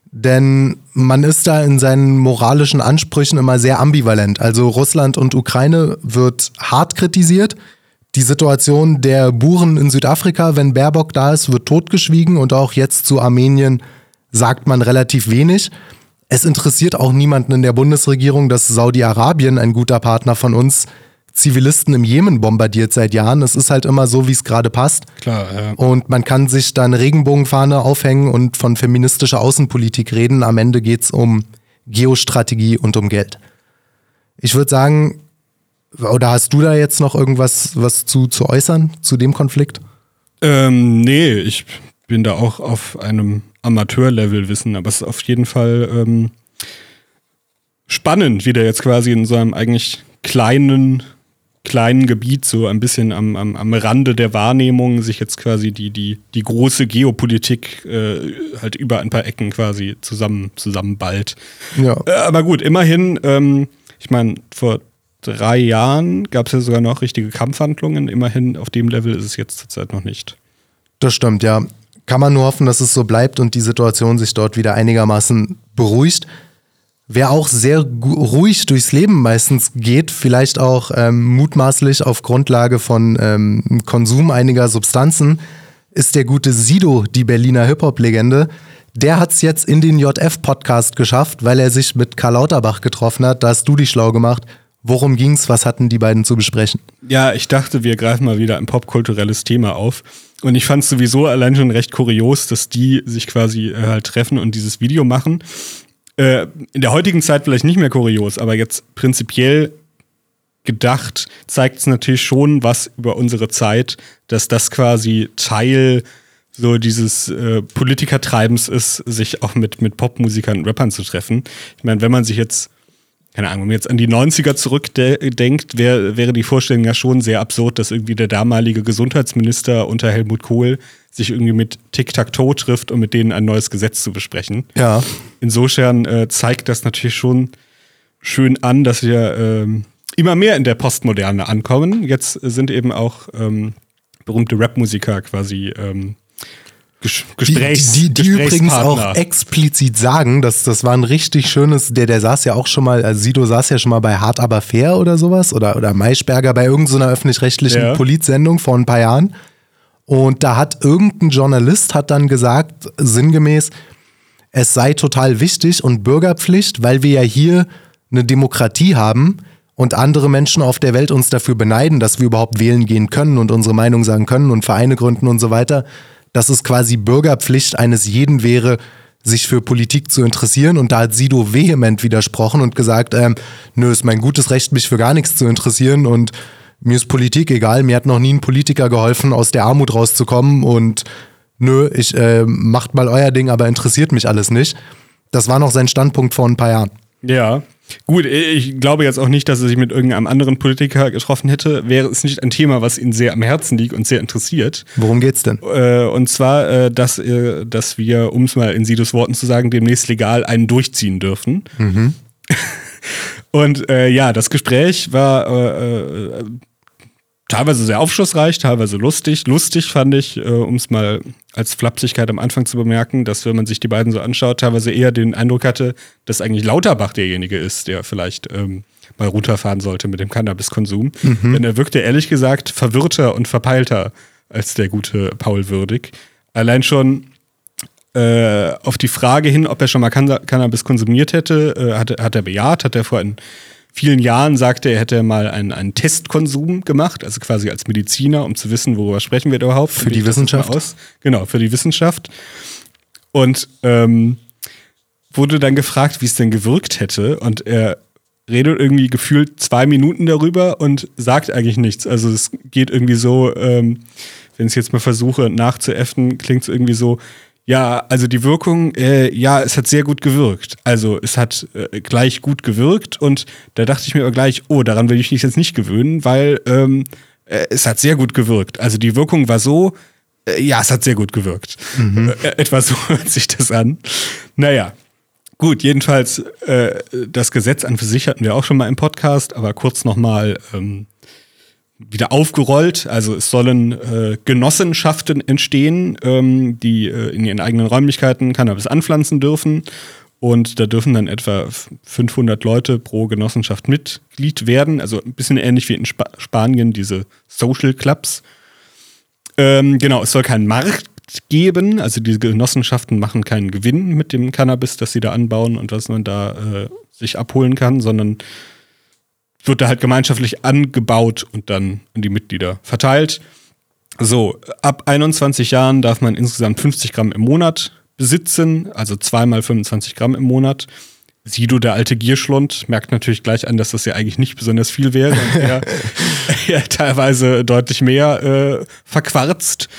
Denn man ist da in seinen moralischen Ansprüchen immer sehr ambivalent. Also Russland und Ukraine wird hart kritisiert. Die Situation der Buren in Südafrika, wenn Baerbock da ist, wird totgeschwiegen. Und auch jetzt zu Armenien sagt man relativ wenig. Es interessiert auch niemanden in der Bundesregierung, dass Saudi-Arabien, ein guter Partner von uns, Zivilisten im Jemen bombardiert seit Jahren. Es ist halt immer so, wie es gerade passt. Klar, ja. Und man kann sich dann Regenbogenfahne aufhängen und von feministischer Außenpolitik reden. Am Ende geht es um Geostrategie und um Geld. Ich würde sagen, oder hast du da jetzt noch irgendwas was zu, zu äußern zu dem Konflikt? Ähm, nee, ich bin da auch auf einem Amateurlevel Wissen, aber es ist auf jeden Fall ähm, spannend, wie der jetzt quasi in so einem eigentlich kleinen kleinen Gebiet, so ein bisschen am, am, am Rande der Wahrnehmung, sich jetzt quasi die, die, die große Geopolitik äh, halt über ein paar Ecken quasi zusammen, zusammenballt. Ja. Äh, aber gut, immerhin, ähm, ich meine, vor drei Jahren gab es ja sogar noch richtige Kampfhandlungen. Immerhin auf dem Level ist es jetzt zurzeit noch nicht. Das stimmt, ja. Kann man nur hoffen, dass es so bleibt und die Situation sich dort wieder einigermaßen beruhigt. Wer auch sehr gu- ruhig durchs Leben meistens geht, vielleicht auch ähm, mutmaßlich auf Grundlage von ähm, Konsum einiger Substanzen, ist der gute Sido, die Berliner Hip-Hop-Legende. Der hat es jetzt in den J F-Podcast geschafft, weil er sich mit Karl Lauterbach getroffen hat. Da hast du dich schlau gemacht. Worum ging's? Was hatten die beiden zu besprechen? Ja, ich dachte, wir greifen mal wieder ein popkulturelles Thema auf. Und ich fand es sowieso allein schon recht kurios, dass die sich quasi äh, halt treffen und dieses Video machen. Äh, in der heutigen Zeit vielleicht nicht mehr kurios, aber jetzt prinzipiell gedacht zeigt es natürlich schon was über unsere Zeit, dass das quasi Teil so dieses äh, Politikertreibens ist, sich auch mit, mit Popmusikern und Rappern zu treffen. Ich meine, wenn man sich jetzt keine Ahnung, wenn man jetzt an die neunziger zurückdenkt, wär, wäre die Vorstellung ja schon sehr absurd, dass irgendwie der damalige Gesundheitsminister unter Helmut Kohl sich irgendwie mit Tic-Tac-Toe trifft, um mit denen ein neues Gesetz zu besprechen. Ja. Insofern äh, zeigt das natürlich schon schön an, dass wir ähm, immer mehr in der Postmoderne ankommen. Jetzt sind eben auch ähm, berühmte Rap-Musiker quasi ähm, Ges- Gesprächs- Die, die, die übrigens Gesprächspartner. auch explizit sagen, dass das war ein richtig schönes, der, der saß ja auch schon mal, also Sido saß ja schon mal bei Hart aber fair oder sowas oder, oder Maischberger bei irgendeiner öffentlich-rechtlichen Ja. Politsendung vor ein paar Jahren. Und da hat irgendein Journalist hat dann gesagt, sinngemäß, es sei total wichtig und Bürgerpflicht, weil wir ja hier eine Demokratie haben und andere Menschen auf der Welt uns dafür beneiden, dass wir überhaupt wählen gehen können und unsere Meinung sagen können und Vereine gründen und so weiter, dass es quasi Bürgerpflicht eines jeden wäre, sich für Politik zu interessieren. Und da hat Sido vehement widersprochen und gesagt, ähm, nö, ist mein gutes Recht, mich für gar nichts zu interessieren und mir ist Politik egal, mir hat noch nie ein Politiker geholfen, aus der Armut rauszukommen und nö, ich äh, macht mal euer Ding, aber interessiert mich alles nicht. Das war noch sein Standpunkt vor ein paar Jahren. Ja, gut, ich glaube jetzt auch nicht, dass er sich mit irgendeinem anderen Politiker getroffen hätte. Wäre es nicht ein Thema, was ihn sehr am Herzen liegt und sehr interessiert. Worum geht's denn? Äh, und zwar, äh, dass, äh, dass wir, um es mal in Sidos Worten zu sagen, demnächst legal einen durchziehen dürfen. Mhm. Und äh, ja, das Gespräch war äh, äh, teilweise sehr aufschlussreich, teilweise lustig. Lustig fand ich, äh, um es mal als Flapsigkeit am Anfang zu bemerken, dass, wenn man sich die beiden so anschaut, teilweise eher den Eindruck hatte, dass eigentlich Lauterbach derjenige ist, der vielleicht ähm, mal runterfahren sollte mit dem Cannabiskonsum. Mhm. Denn er wirkte ehrlich gesagt verwirrter und verpeilter als der gute Paul Würdig. Allein schon äh, auf die Frage hin, ob er schon mal Canna- Cannabis konsumiert hätte, äh, hat, hat er bejaht, hat er vor ein vielen Jahren sagte, er hätte mal einen, einen Testkonsum gemacht, also quasi als Mediziner, um zu wissen, worüber sprechen wir überhaupt. Für die Wissenschaft? Aus. Genau, für die Wissenschaft. Und ähm, wurde dann gefragt, wie es denn gewirkt hätte. Und er redet irgendwie gefühlt zwei Minuten darüber und sagt eigentlich nichts. Also es geht irgendwie so, ähm, wenn ich es jetzt mal versuche nachzuäffen, klingt es irgendwie so, ja, also die Wirkung, äh, ja, es hat sehr gut gewirkt. Also es hat äh, gleich gut gewirkt und da dachte ich mir aber gleich, oh, daran will ich mich jetzt nicht gewöhnen, weil ähm, äh, es hat sehr gut gewirkt. Also die Wirkung war so, äh, ja, es hat sehr gut gewirkt. Mhm. Äh, etwa so hört sich das an. Naja, gut, jedenfalls äh, das Gesetz an für sich hatten wir auch schon mal im Podcast, aber kurz nochmal ähm, wieder aufgerollt. Also es sollen äh, Genossenschaften entstehen, ähm, die äh, in ihren eigenen Räumlichkeiten Cannabis anpflanzen dürfen. Und da dürfen dann etwa fünfhundert Leute pro Genossenschaft Mitglied werden. Also ein bisschen ähnlich wie in Sp- Spanien, diese Social Clubs. Ähm, genau, es soll keinen Markt geben. Also diese Genossenschaften machen keinen Gewinn mit dem Cannabis, das sie da anbauen und was man da äh, sich abholen kann, sondern wird da halt gemeinschaftlich angebaut und dann an die Mitglieder verteilt. So, ab einundzwanzig Jahren darf man insgesamt fünfzig Gramm im Monat besitzen, also zweimal fünfundzwanzig Gramm im Monat. Sido, der alte Gierschlund, merkt natürlich gleich an, dass das ja eigentlich nicht besonders viel wäre und er, er teilweise deutlich mehr äh, verquarzt.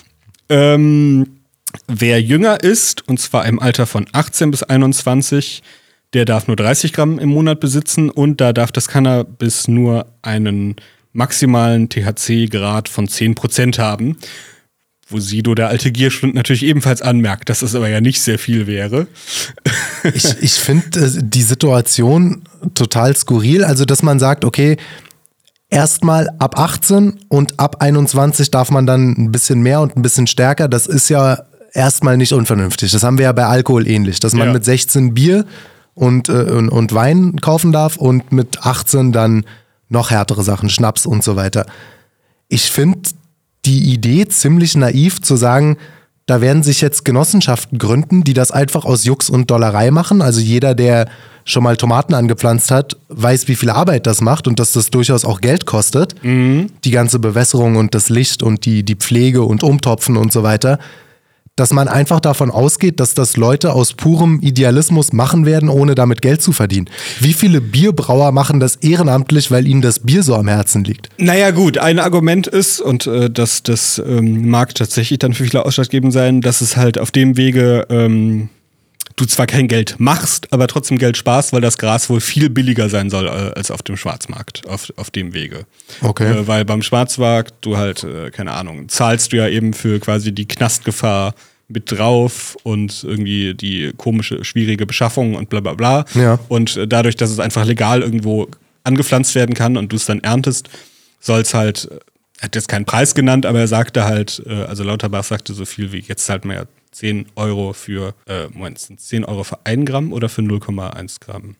Ähm, wer jünger ist, und zwar im Alter von achtzehn bis einundzwanzig, der darf nur dreißig Gramm im Monat besitzen und da darf das Cannabis nur einen maximalen T H C-Grad von zehn Prozent haben. Wo Sido, der alte Gierschlund, natürlich ebenfalls anmerkt, dass das aber ja nicht sehr viel wäre. Ich, ich finde äh, die Situation total skurril. Also, dass man sagt, okay, erstmal ab achtzehn und ab einundzwanzig darf man dann ein bisschen mehr und ein bisschen stärker. Das ist ja erstmal nicht unvernünftig. Das haben wir ja bei Alkohol ähnlich, dass man Ja. mit sechzehn Bier und, äh, und, und Wein kaufen darf und mit achtzehn dann noch härtere Sachen, Schnaps und so weiter. Ich finde die Idee ziemlich naiv zu sagen, da werden sich jetzt Genossenschaften gründen, die das einfach aus Jux und Dollerei machen. Also jeder, der schon mal Tomaten angepflanzt hat, weiß, wie viel Arbeit das macht und dass das durchaus auch Geld kostet. Mhm. Die ganze Bewässerung und das Licht und die, die Pflege und Umtopfen und so weiter. Dass man einfach davon ausgeht, dass das Leute aus purem Idealismus machen werden, ohne damit Geld zu verdienen. Wie viele Bierbrauer machen das ehrenamtlich, weil ihnen das Bier so am Herzen liegt? Naja gut, ein Argument ist, und äh, das, das ähm, mag tatsächlich dann für viele ausschlaggebend sein, dass es halt auf dem Wege ähm, du zwar kein Geld machst, aber trotzdem Geld sparst, weil das Gras wohl viel billiger sein soll äh, als auf dem Schwarzmarkt, auf, auf dem Wege. Okay. Äh, weil beim Schwarzmarkt, du halt, äh, keine Ahnung, zahlst du ja eben für quasi die Knastgefahr mit drauf und irgendwie die komische, schwierige Beschaffung und bla bla bla. Ja. Und äh, dadurch, dass es einfach legal irgendwo angepflanzt werden kann und du es dann erntest, soll es halt, er hat jetzt keinen Preis genannt, aber er sagte halt, äh, also Lauterbach sagte so viel wie, jetzt zahlt man ja zehn Euro für, äh, Moment, sind zehn Euro für ein Gramm oder für null Komma eins Gramm?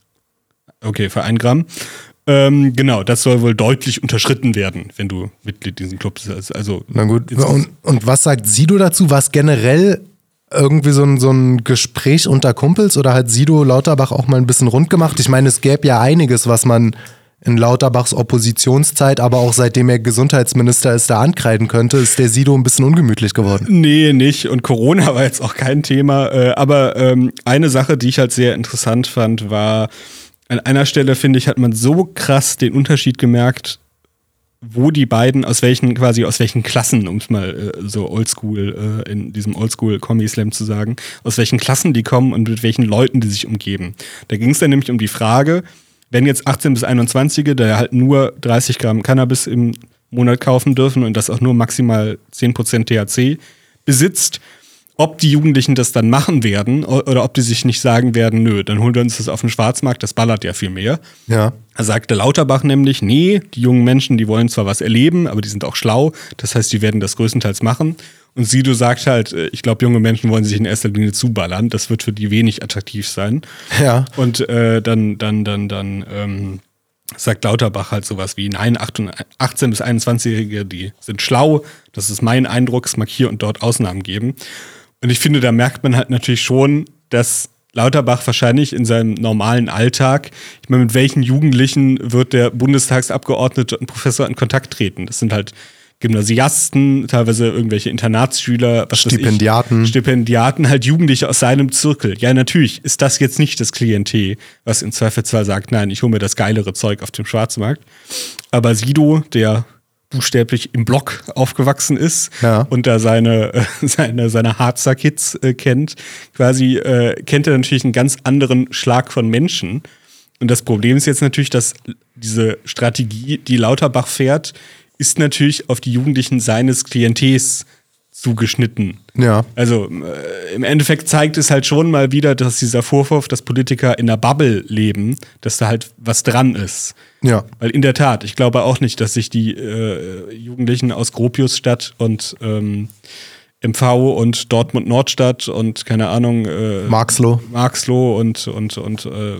Okay, für ein Gramm. Ähm, genau, das soll wohl deutlich unterschritten werden, wenn du Mitglied dieses Clubs bist. Also, Na gut, und, und was sagt Sido dazu? War es generell irgendwie so ein, so ein Gespräch unter Kumpels oder hat Sido Lauterbach auch mal ein bisschen rund gemacht? Ich meine, es gäbe ja einiges, was man in Lauterbachs Oppositionszeit, aber auch seitdem er Gesundheitsminister ist, da ankreiden könnte. Ist der Sido ein bisschen ungemütlich geworden? Nee, nicht. Und Corona war jetzt auch kein Thema. Äh, aber ähm, eine Sache, die ich halt sehr interessant fand, war, an einer Stelle, finde ich, hat man so krass den Unterschied gemerkt, wo die beiden, aus welchen, quasi aus welchen Klassen, um es mal äh, so oldschool, äh, in diesem Oldschool-Comedy-Slam zu sagen, aus welchen Klassen die kommen und mit welchen Leuten die sich umgeben. Da ging es dann nämlich um die Frage, wenn jetzt achtzehn bis einundzwanzige, der halt nur dreißig Gramm Cannabis im Monat kaufen dürfen und das auch nur maximal zehn Prozent T H C besitzt, ob die Jugendlichen das dann machen werden oder ob die sich nicht sagen werden, nö, dann holen wir uns das auf den Schwarzmarkt, das ballert ja viel mehr. Ja. Da sagte Lauterbach nämlich, nee, die jungen Menschen, die wollen zwar was erleben, aber die sind auch schlau, das heißt, die werden das größtenteils machen. Und Sido sagt halt, ich glaube, junge Menschen wollen sich in erster Linie zuballern, das wird für die wenig attraktiv sein. Ja. Und äh, dann, dann, dann, dann ähm, sagt Lauterbach halt sowas wie, nein, achtzehn- bis einundzwanzigjährige, die sind schlau, das ist mein Eindruck, es mag hier und dort Ausnahmen geben. Und ich finde, da merkt man halt natürlich schon, dass Lauterbach wahrscheinlich in seinem normalen Alltag, ich meine, mit welchen Jugendlichen wird der Bundestagsabgeordnete und Professor in Kontakt treten? Das sind halt Gymnasiasten, teilweise irgendwelche Internatsschüler, was Stipendiaten. weiß ich, Stipendiaten, halt Jugendliche aus seinem Zirkel. Ja, natürlich ist das jetzt nicht das Klientel, was im Zweifelsfall sagt, nein, ich hole mir das geilere Zeug auf dem Schwarzmarkt. Aber Sido, der buchstäblich im Block aufgewachsen ist ja. und da seine, äh, seine, seine Harzer Kids äh, kennt, quasi äh, kennt er natürlich einen ganz anderen Schlag von Menschen. Und das Problem ist jetzt natürlich, dass diese Strategie, die Lauterbach fährt, ist natürlich auf die Jugendlichen seines Klientels zugeschnitten. Ja. Also äh, im Endeffekt zeigt es halt schon mal wieder, dass dieser Vorwurf, dass Politiker in einer Bubble leben, dass da halt was dran ist. Ja. Weil in der Tat, ich glaube auch nicht, dass sich die äh, Jugendlichen aus Gropiusstadt und ähm, M V und Dortmund Nordstadt und keine Ahnung äh, Marxloh. Marxloh und und und äh,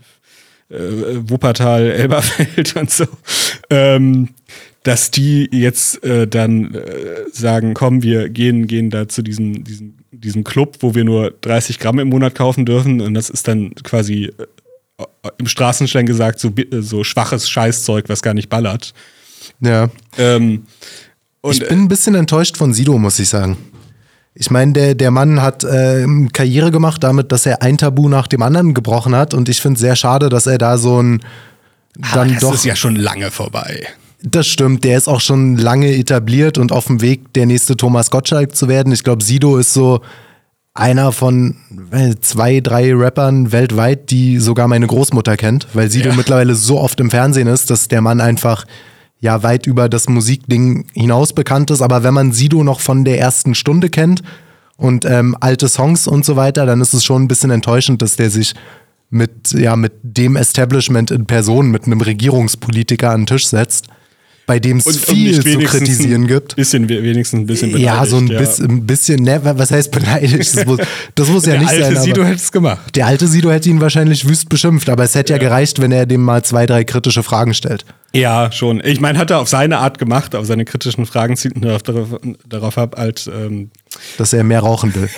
äh, Wuppertal, Elberfeld und so, ähm, dass die jetzt äh, dann äh, sagen, komm, wir gehen gehen da zu diesem diesem diesem Club, wo wir nur dreißig Gramm im Monat kaufen dürfen und das ist dann quasi äh, im Straßenslang gesagt so so schwaches Scheißzeug, was gar nicht ballert. Ja. Ähm, und ich bin ein bisschen enttäuscht von Sido, muss ich sagen. Ich meine, der, der Mann hat äh, Karriere gemacht damit, dass er ein Tabu nach dem anderen gebrochen hat und ich finde es sehr schade, dass er da so ein dann das doch ist ja schon lange vorbei. Das stimmt, der ist auch schon lange etabliert und auf dem Weg, der nächste Thomas Gottschalk zu werden. Ich glaube, Sido ist so einer von zwei, drei Rappern weltweit, die sogar meine Großmutter kennt, weil Sido Ja. mittlerweile so oft im Fernsehen ist, dass der Mann einfach ja weit über das Musikding hinaus bekannt ist. Aber wenn man Sido noch von der ersten Stunde kennt und ähm, alte Songs und so weiter, dann ist es schon ein bisschen enttäuschend, dass der sich mit, ja, mit dem Establishment in Person, mit einem Regierungspolitiker an den Tisch setzt, bei dem es Und- und viel nicht zu wenigstens kritisieren ein gibt. Bisschen, wenigstens ein bisschen beleidigt. Ja, so ein ja. bisschen, ein bisschen, ne, was heißt beleidigt? Das muss, das muss ja Der nicht alte sein. Sido Aber hätte es gemacht. der alte Sido hätte ihn wahrscheinlich wüst beschimpft, aber es hätte ja. ja gereicht, wenn er dem mal zwei, drei kritische Fragen stellt. Ja, schon. Ich meine, hat er auf seine Art gemacht, aber seine kritischen Fragen zielten darauf, darauf, darauf ab, als ähm, Dass er mehr rauchen will.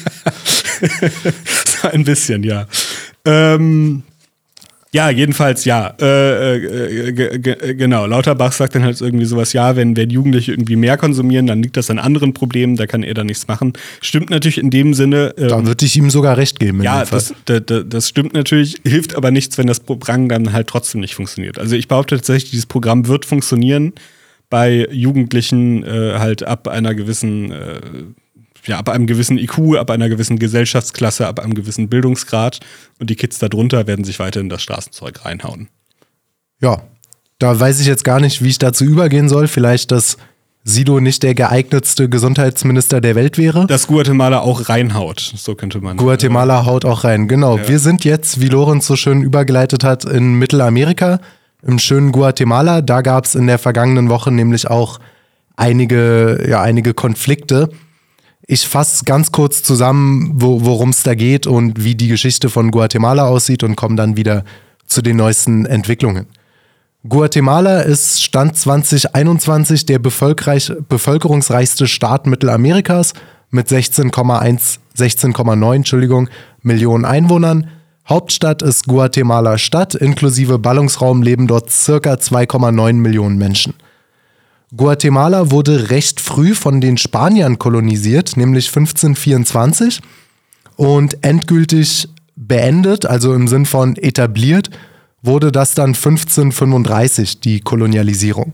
so ein bisschen, ja. Ähm, ja, jedenfalls, ja. Äh, äh, g- g- genau, Lauterbach sagt dann halt irgendwie sowas, ja, wenn, wenn Jugendliche irgendwie mehr konsumieren, dann liegt das an anderen Problemen, da kann er dann nichts machen. Stimmt natürlich in dem Sinne. Ähm, Da würde ich ihm sogar recht geben. In Ja, dem Fall. das, das, das, das stimmt natürlich, hilft aber nichts, wenn das Programm dann halt trotzdem nicht funktioniert. Also ich behaupte tatsächlich, dieses Programm wird funktionieren bei Jugendlichen äh, halt ab einer gewissen, äh, ja, ab einem gewissen I Q, ab einer gewissen Gesellschaftsklasse, ab einem gewissen Bildungsgrad. Und die Kids darunter werden sich weiter in das Straßenzeug reinhauen. Ja, da weiß ich jetzt gar nicht, wie ich dazu übergehen soll. Vielleicht, dass Sido nicht der geeignetste Gesundheitsminister der Welt wäre. Dass Guatemala auch reinhaut, so könnte man. Guatemala äh, haut auch rein, genau. Ja. Wir sind jetzt, wie Lorenz so schön übergeleitet hat, in Mittelamerika, im schönen Guatemala. Da gab es in der vergangenen Woche nämlich auch einige, ja, einige Konflikte. Ich fasse ganz kurz zusammen, wo, worum es da geht und wie die Geschichte von Guatemala aussieht und komme dann wieder zu den neuesten Entwicklungen. Guatemala ist Stand zwanzig einundzwanzig der bevölkerungsreichste Staat Mittelamerikas mit sechzehn Komma eins, sechzehn Komma neun Entschuldigung, Millionen Einwohnern. Hauptstadt ist Guatemala Stadt, inklusive Ballungsraum leben dort circa zwei Komma neun Millionen Menschen. Guatemala wurde recht früh von den Spaniern kolonisiert, nämlich fünfzehnhundertvierundzwanzig, und endgültig beendet, also im Sinn von etabliert, wurde das dann fünfzehnhundertfünfunddreißig, die Kolonialisierung.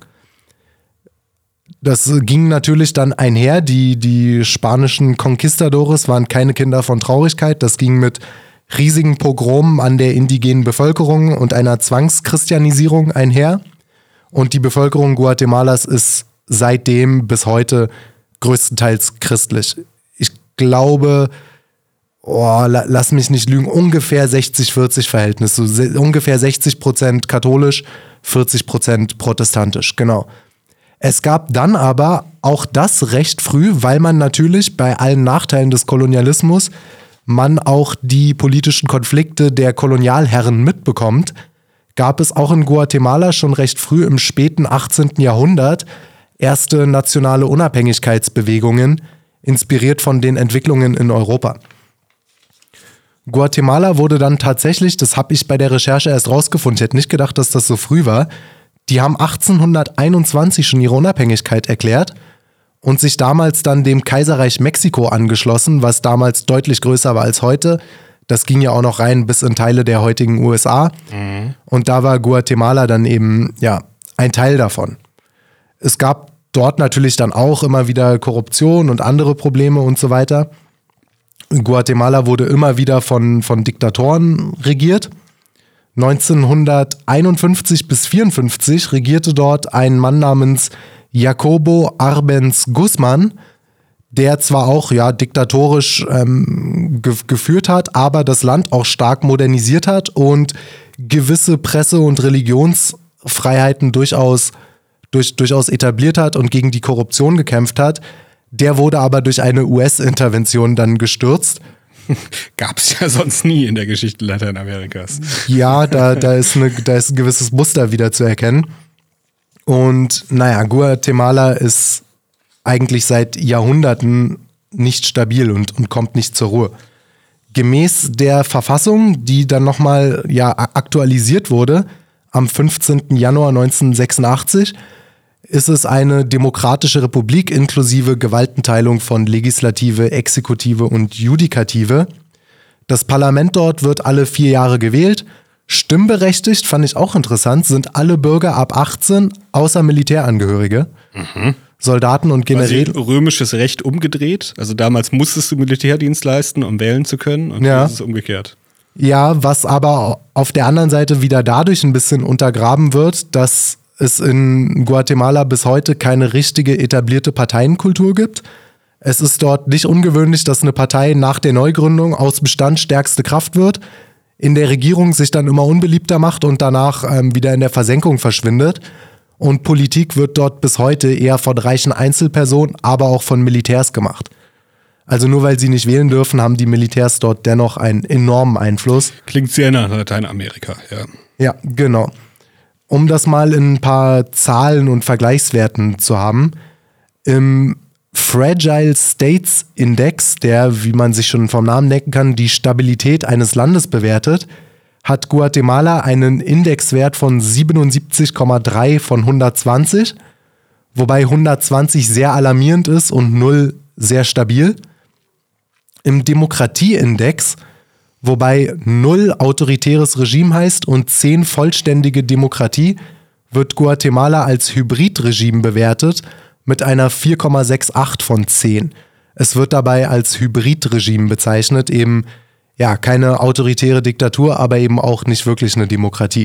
Das ging natürlich dann einher, die, die spanischen Conquistadores waren keine Kinder von Traurigkeit, das ging mit riesigen Pogromen an der indigenen Bevölkerung und einer Zwangschristianisierung einher. Und die Bevölkerung Guatemalas ist seitdem bis heute größtenteils christlich. Ich glaube, oh, lass mich nicht lügen, ungefähr sechzig vierzig Verhältnis. So se- ungefähr sechzig Prozent katholisch, vierzig Prozent protestantisch, genau. Es gab dann aber auch das recht früh, weil man natürlich bei allen Nachteilen des Kolonialismus man auch die politischen Konflikte der Kolonialherren mitbekommt, gab es auch in Guatemala schon recht früh im späten achtzehnten Jahrhundert erste nationale Unabhängigkeitsbewegungen, inspiriert von den Entwicklungen in Europa. Guatemala wurde dann tatsächlich, das habe ich bei der Recherche erst rausgefunden, ich hätte nicht gedacht, dass das so früh war, die haben achtzehnhunderteinundzwanzig schon ihre Unabhängigkeit erklärt und sich damals dann dem Kaiserreich Mexiko angeschlossen, was damals deutlich größer war als heute. Das ging ja auch noch rein bis in Teile der heutigen U S A. Mhm. Und da war Guatemala dann eben, ja, ein Teil davon. Es gab dort natürlich dann auch immer wieder Korruption und andere Probleme und so weiter. Guatemala wurde immer wieder von, von Diktatoren regiert. neunzehnhunderteinundfünfzig bis vierundfünfzig regierte dort ein Mann namens Jacobo Arbenz Guzman, der zwar auch ja diktatorisch ähm, ge- geführt hat, aber das Land auch stark modernisiert hat und gewisse Presse- und Religionsfreiheiten durchaus, durch, durchaus etabliert hat und gegen die Korruption gekämpft hat. Der wurde aber durch eine U S-Intervention dann gestürzt. Gab es ja sonst nie in der Geschichte Lateinamerikas. Ja, da, da, ist eine, da ist ein gewisses Muster wieder zu erkennen. Und naja, Guatemala ist eigentlich seit Jahrhunderten nicht stabil und, und kommt nicht zur Ruhe. Gemäß der Verfassung, die dann nochmal ja, aktualisiert wurde, am fünfzehnten Januar neunzehnhundertsechsundachtzig, ist es eine demokratische Republik inklusive Gewaltenteilung von Legislative, Exekutive und Judikative. Das Parlament dort wird alle vier Jahre gewählt. Stimmberechtigt, fand ich auch interessant, sind alle Bürger ab achtzehn, außer Militärangehörige. Mhm. Soldaten und Generäle. Also römisches Recht umgedreht. Also damals musstest du Militärdienst leisten, um wählen zu können. Und ja. jetzt ist es umgekehrt. Ja, was aber auf der anderen Seite wieder dadurch ein bisschen untergraben wird, dass es in Guatemala bis heute keine richtige etablierte Parteienkultur gibt. Es ist dort nicht ungewöhnlich, dass eine Partei nach der Neugründung aus Bestand stärkste Kraft wird, in der Regierung sich dann immer unbeliebter macht und danach ähm, wieder in der Versenkung verschwindet. Und Politik wird dort bis heute eher von reichen Einzelpersonen, aber auch von Militärs gemacht. Also nur weil sie nicht wählen dürfen, haben die Militärs dort dennoch einen enormen Einfluss. Klingt sehr nach Lateinamerika, ja. Ja, genau. Um das mal in ein paar Zahlen und Vergleichswerten zu haben, im Fragile States Index, der, wie man sich schon vom Namen denken kann, die Stabilität eines Landes bewertet, hat Guatemala einen Indexwert von siebenundsiebzig Komma drei von hundertzwanzig, wobei hundertzwanzig sehr alarmierend ist und null sehr stabil. Im Demokratieindex, wobei null autoritäres Regime heißt und zehn vollständige Demokratie, wird Guatemala als Hybridregime bewertet mit einer vier Komma achtundsiebzig von zehn. Es wird dabei als Hybridregime bezeichnet, eben ja keine autoritäre Diktatur, aber eben auch nicht wirklich eine Demokratie.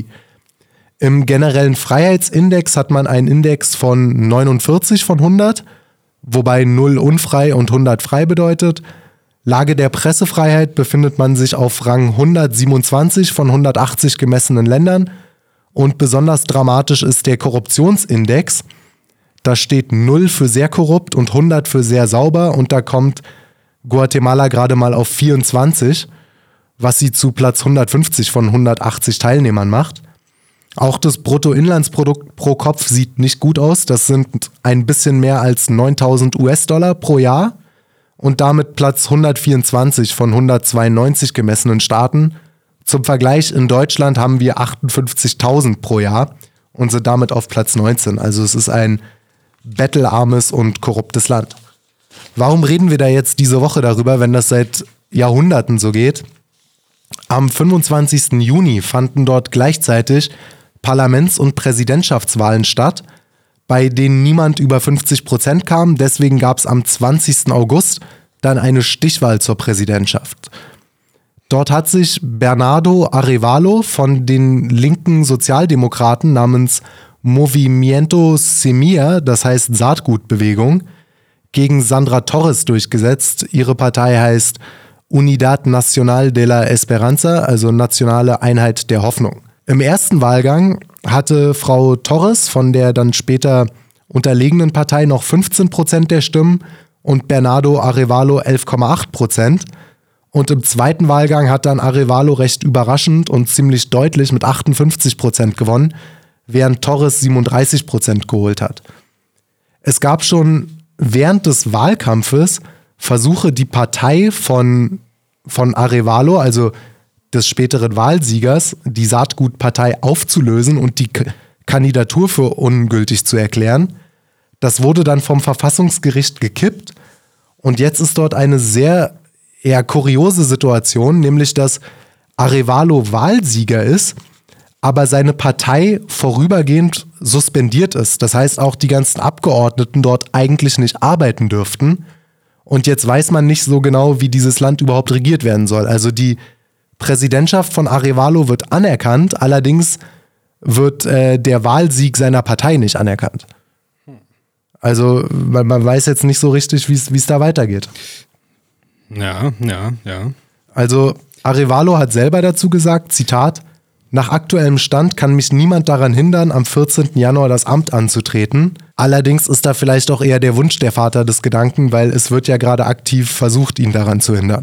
Im generellen Freiheitsindex hat man einen Index von neunundvierzig von hundert, wobei null unfrei und hundert frei bedeutet. Lage der Pressefreiheit befindet man sich auf Rang hundertsiebenundzwanzig von hundertachtzig gemessenen Ländern. Und besonders dramatisch ist der Korruptionsindex. Da steht null für sehr korrupt und hundert für sehr sauber. Und da kommt Guatemala gerade mal auf vierundzwanzig, was sie zu Platz hundertfünfzig von hundertachtzig Teilnehmern macht. Auch das Bruttoinlandsprodukt pro Kopf sieht nicht gut aus. Das sind ein bisschen mehr als neuntausend US-Dollar pro Jahr und damit Platz hundertvierundzwanzig von hundertzweiundneunzig gemessenen Staaten. Zum Vergleich, in Deutschland haben wir achtundfünfzigtausend pro Jahr und sind damit auf Platz neunzehn. Also es ist ein bettelarmes und korruptes Land. Warum reden wir da jetzt diese Woche darüber, wenn das seit Jahrhunderten so geht? Am fünfundzwanzigsten Juni fanden dort gleichzeitig Parlaments- und Präsidentschaftswahlen statt, bei denen niemand über fünfzig Prozent kam. Deswegen gab es am zwanzigsten August dann eine Stichwahl zur Präsidentschaft. Dort hat sich Bernardo Arévalo von den linken Sozialdemokraten namens Movimiento Semilla, das heißt Saatgutbewegung, gegen Sandra Torres durchgesetzt. Ihre Partei heißt Unidad Nacional de la Esperanza, also Nationale Einheit der Hoffnung. Im ersten Wahlgang hatte Frau Torres von der dann später unterlegenen Partei noch fünfzehn Prozent der Stimmen und Bernardo Arévalo elf Komma acht Prozent. Und im zweiten Wahlgang hat dann Arévalo recht überraschend und ziemlich deutlich mit achtundfünfzig Prozent gewonnen, während Torres siebenunddreißig Prozent geholt hat. Es gab schon während des Wahlkampfes Versuche, die Partei von, von Arévalo, also des späteren Wahlsiegers, die Saatgutpartei aufzulösen und die K- Kandidatur für ungültig zu erklären. Das wurde dann vom Verfassungsgericht gekippt und jetzt ist dort eine sehr eher kuriose Situation, nämlich dass Arévalo Wahlsieger ist, aber seine Partei vorübergehend suspendiert ist. Das heißt, auch die ganzen Abgeordneten dort eigentlich nicht arbeiten dürften. Und jetzt weiß man nicht so genau, wie dieses Land überhaupt regiert werden soll. Also die Präsidentschaft von Arévalo wird anerkannt, allerdings wird äh, der Wahlsieg seiner Partei nicht anerkannt. Also man, man weiß jetzt nicht so richtig, wie es da weitergeht. Ja, ja, ja. Also Arévalo hat selber dazu gesagt, Zitat, nach aktuellem Stand kann mich niemand daran hindern, am vierzehnten Januar das Amt anzutreten. Allerdings ist da vielleicht auch eher der Wunsch der Vater des Gedanken, weil es wird ja gerade aktiv versucht, ihn daran zu hindern.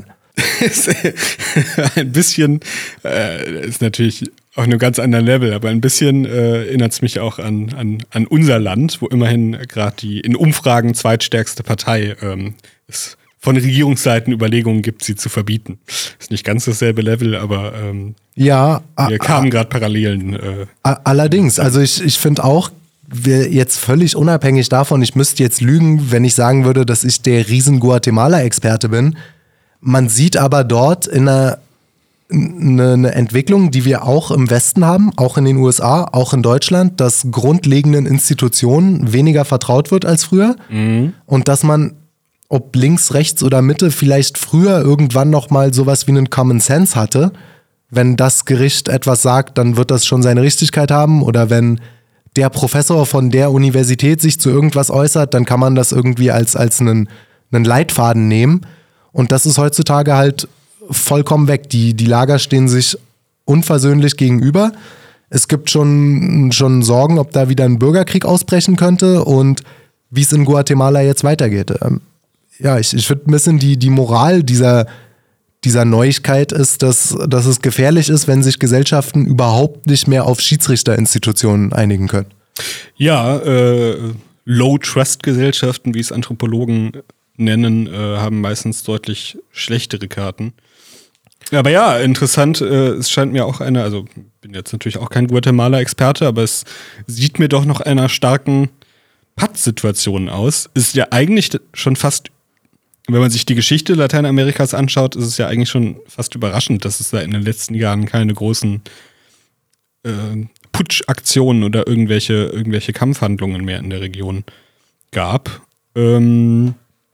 Ein bisschen, äh, ist natürlich auf einem ganz anderen Level, aber ein bisschen äh, erinnert es mich auch an, an, an unser Land, wo immerhin gerade die in Umfragen zweitstärkste Partei ähm, es von Regierungsseiten Überlegungen gibt, sie zu verbieten. Ist nicht ganz dasselbe Level, aber ähm, ja, wir kamen gerade Parallelen. Äh, allerdings, also ich, ich finde auch, wir jetzt völlig unabhängig davon, ich müsste jetzt lügen, wenn ich sagen würde, dass ich der riesen Guatemala-Experte bin. Man sieht aber dort in einer, eine, eine Entwicklung, die wir auch im Westen haben, auch in den U S A, auch in Deutschland, dass grundlegenden Institutionen weniger vertraut wird als früher mhm. und dass man, ob links, rechts oder Mitte, vielleicht früher irgendwann noch mal sowas wie einen Common Sense hatte. Wenn das Gericht etwas sagt, dann wird das schon seine Richtigkeit haben, oder wenn der Professor von der Universität sich zu irgendwas äußert, dann kann man das irgendwie als, als einen, einen Leitfaden nehmen. Und das ist heutzutage halt vollkommen weg. Die, die Lager stehen sich unversöhnlich gegenüber. Es gibt schon, schon Sorgen, ob da wieder ein Bürgerkrieg ausbrechen könnte und wie es in Guatemala jetzt weitergeht. Ja, ich, ich finde ein bisschen die, die Moral dieser, dieser Neuigkeit ist, dass, dass es gefährlich ist, wenn sich Gesellschaften überhaupt nicht mehr auf Schiedsrichterinstitutionen einigen können. Ja, äh, Low-Trust-Gesellschaften, wie es Anthropologen nennen, äh, haben meistens deutlich schlechtere Karten. Aber ja, interessant, äh, es scheint mir auch eine, also bin jetzt natürlich auch kein Guatemala-Experte, aber es sieht mir doch nach einer starken Pattsituation aus. Ist ja eigentlich schon fast, wenn man sich die Geschichte Lateinamerikas anschaut, ist es ja eigentlich schon fast überraschend, dass es da in den letzten Jahren keine großen äh, Putschaktionen oder irgendwelche, irgendwelche Kampfhandlungen mehr in der Region gab. Ähm,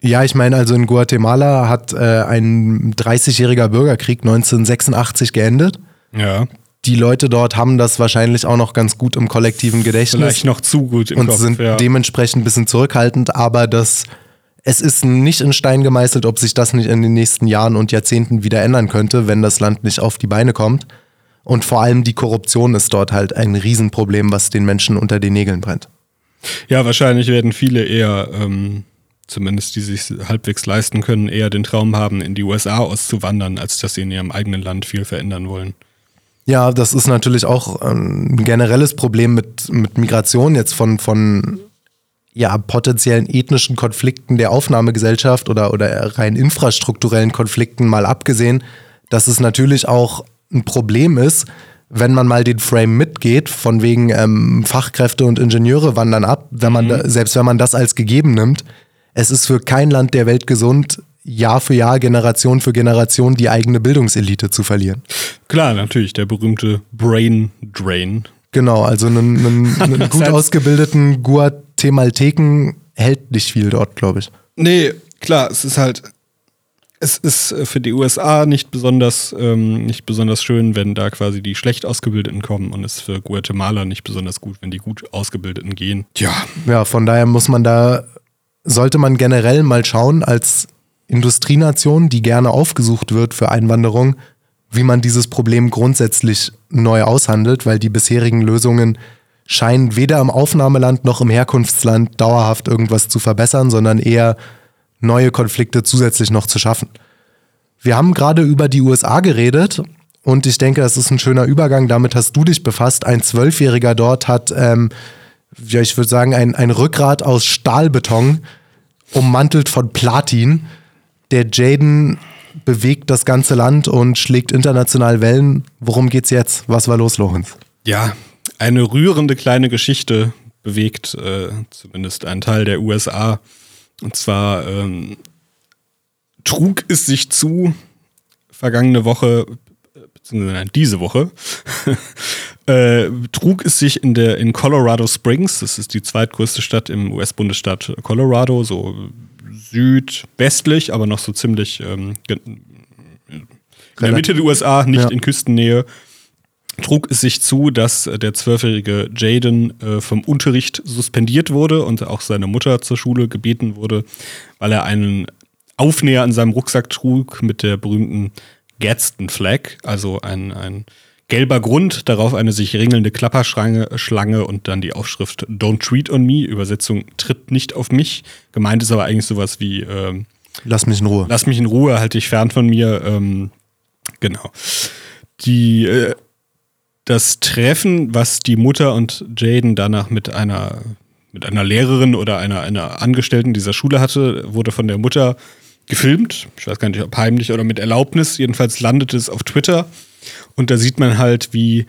Ja, ich meine, also in Guatemala hat äh, ein dreißigjähriger Bürgerkrieg neunzehnhundertsechsundachtzig geendet. Ja. Die Leute dort haben das wahrscheinlich auch noch ganz gut im kollektiven Gedächtnis. Vielleicht noch zu gut im und Kopf, sind ja. dementsprechend ein bisschen zurückhaltend, aber das, es ist nicht in Stein gemeißelt, ob sich das nicht in den nächsten Jahren und Jahrzehnten wieder ändern könnte, wenn das Land nicht auf die Beine kommt. Und vor allem die Korruption ist dort halt ein Riesenproblem, was den Menschen unter den Nägeln brennt. Ja, wahrscheinlich werden viele eher, ähm, zumindest die sich halbwegs leisten können, eher den Traum haben, in die U S A auszuwandern, als dass sie in ihrem eigenen Land viel verändern wollen. Ja, das ist natürlich auch ein generelles Problem mit, mit Migration jetzt von, von ja, potenziellen ethnischen Konflikten der Aufnahmegesellschaft oder, oder rein infrastrukturellen Konflikten mal abgesehen, dass es natürlich auch ein Problem ist, wenn man mal den Frame mitgeht, von wegen ähm, Fachkräfte und Ingenieure wandern ab, wenn man da, selbst wenn man das als gegeben nimmt. Es ist für kein Land der Welt gesund, Jahr für Jahr, Generation für Generation die eigene Bildungselite zu verlieren. Klar, natürlich, der berühmte Brain Drain. Genau, also einen, einen, einen gut ausgebildeten Guatemalteken hält nicht viel dort, glaube ich. Nee, klar, es ist halt, es ist für die U S A nicht besonders, ähm, nicht besonders schön, wenn da quasi die schlecht Ausgebildeten kommen, und es ist für Guatemala nicht besonders gut, wenn die gut Ausgebildeten gehen. Tja. Ja, von daher muss man da, sollte man generell mal schauen, als Industrienation, die gerne aufgesucht wird für Einwanderung, wie man dieses Problem grundsätzlich neu aushandelt, weil die bisherigen Lösungen scheinen weder im Aufnahmeland noch im Herkunftsland dauerhaft irgendwas zu verbessern, sondern eher neue Konflikte zusätzlich noch zu schaffen. Wir haben gerade über die U S A geredet und ich denke, das ist ein schöner Übergang, damit hast du dich befasst. Ein Zwölfjähriger dort hat, ähm, ja, ich würde sagen, ein, ein Rückgrat aus Stahlbeton, ummantelt von Platin. Der Jaden bewegt das ganze Land und schlägt international Wellen. Worum geht's jetzt? Was war los, Lorenz? Ja, eine rührende kleine Geschichte bewegt äh, zumindest einen Teil der U S A. Und zwar ähm, trug es sich zu, vergangene Woche, beziehungsweise nein, diese Woche, äh, trug es sich in der in Colorado Springs, das ist die zweitgrößte Stadt im U S-Bundesstaat Colorado, so südwestlich, aber noch so ziemlich ähm, in der Mitte der U S A, nicht ja. in Küstennähe, trug es sich zu, dass der zwölfjährige Jaden äh, vom Unterricht suspendiert wurde und auch seine Mutter zur Schule gebeten wurde, weil er einen Aufnäher an seinem Rucksack trug mit der berühmten Gadsden Flag, also ein, ein gelber Grund, darauf eine sich ringelnde Klapperschlange Schlange und dann die Aufschrift Don't treat on me, Übersetzung tritt nicht auf mich. Gemeint ist aber eigentlich sowas wie ähm, Lass mich in Ruhe. Lass mich in Ruhe, halt dich fern von mir. Ähm, genau. Die, äh, das Treffen, was die Mutter und Jaden danach mit einer, mit einer Lehrerin oder einer, einer Angestellten dieser Schule hatte, wurde von der Mutter gefilmt. Ich weiß gar nicht, ob heimlich oder mit Erlaubnis. Jedenfalls landete es auf Twitter. Und da sieht man halt, wie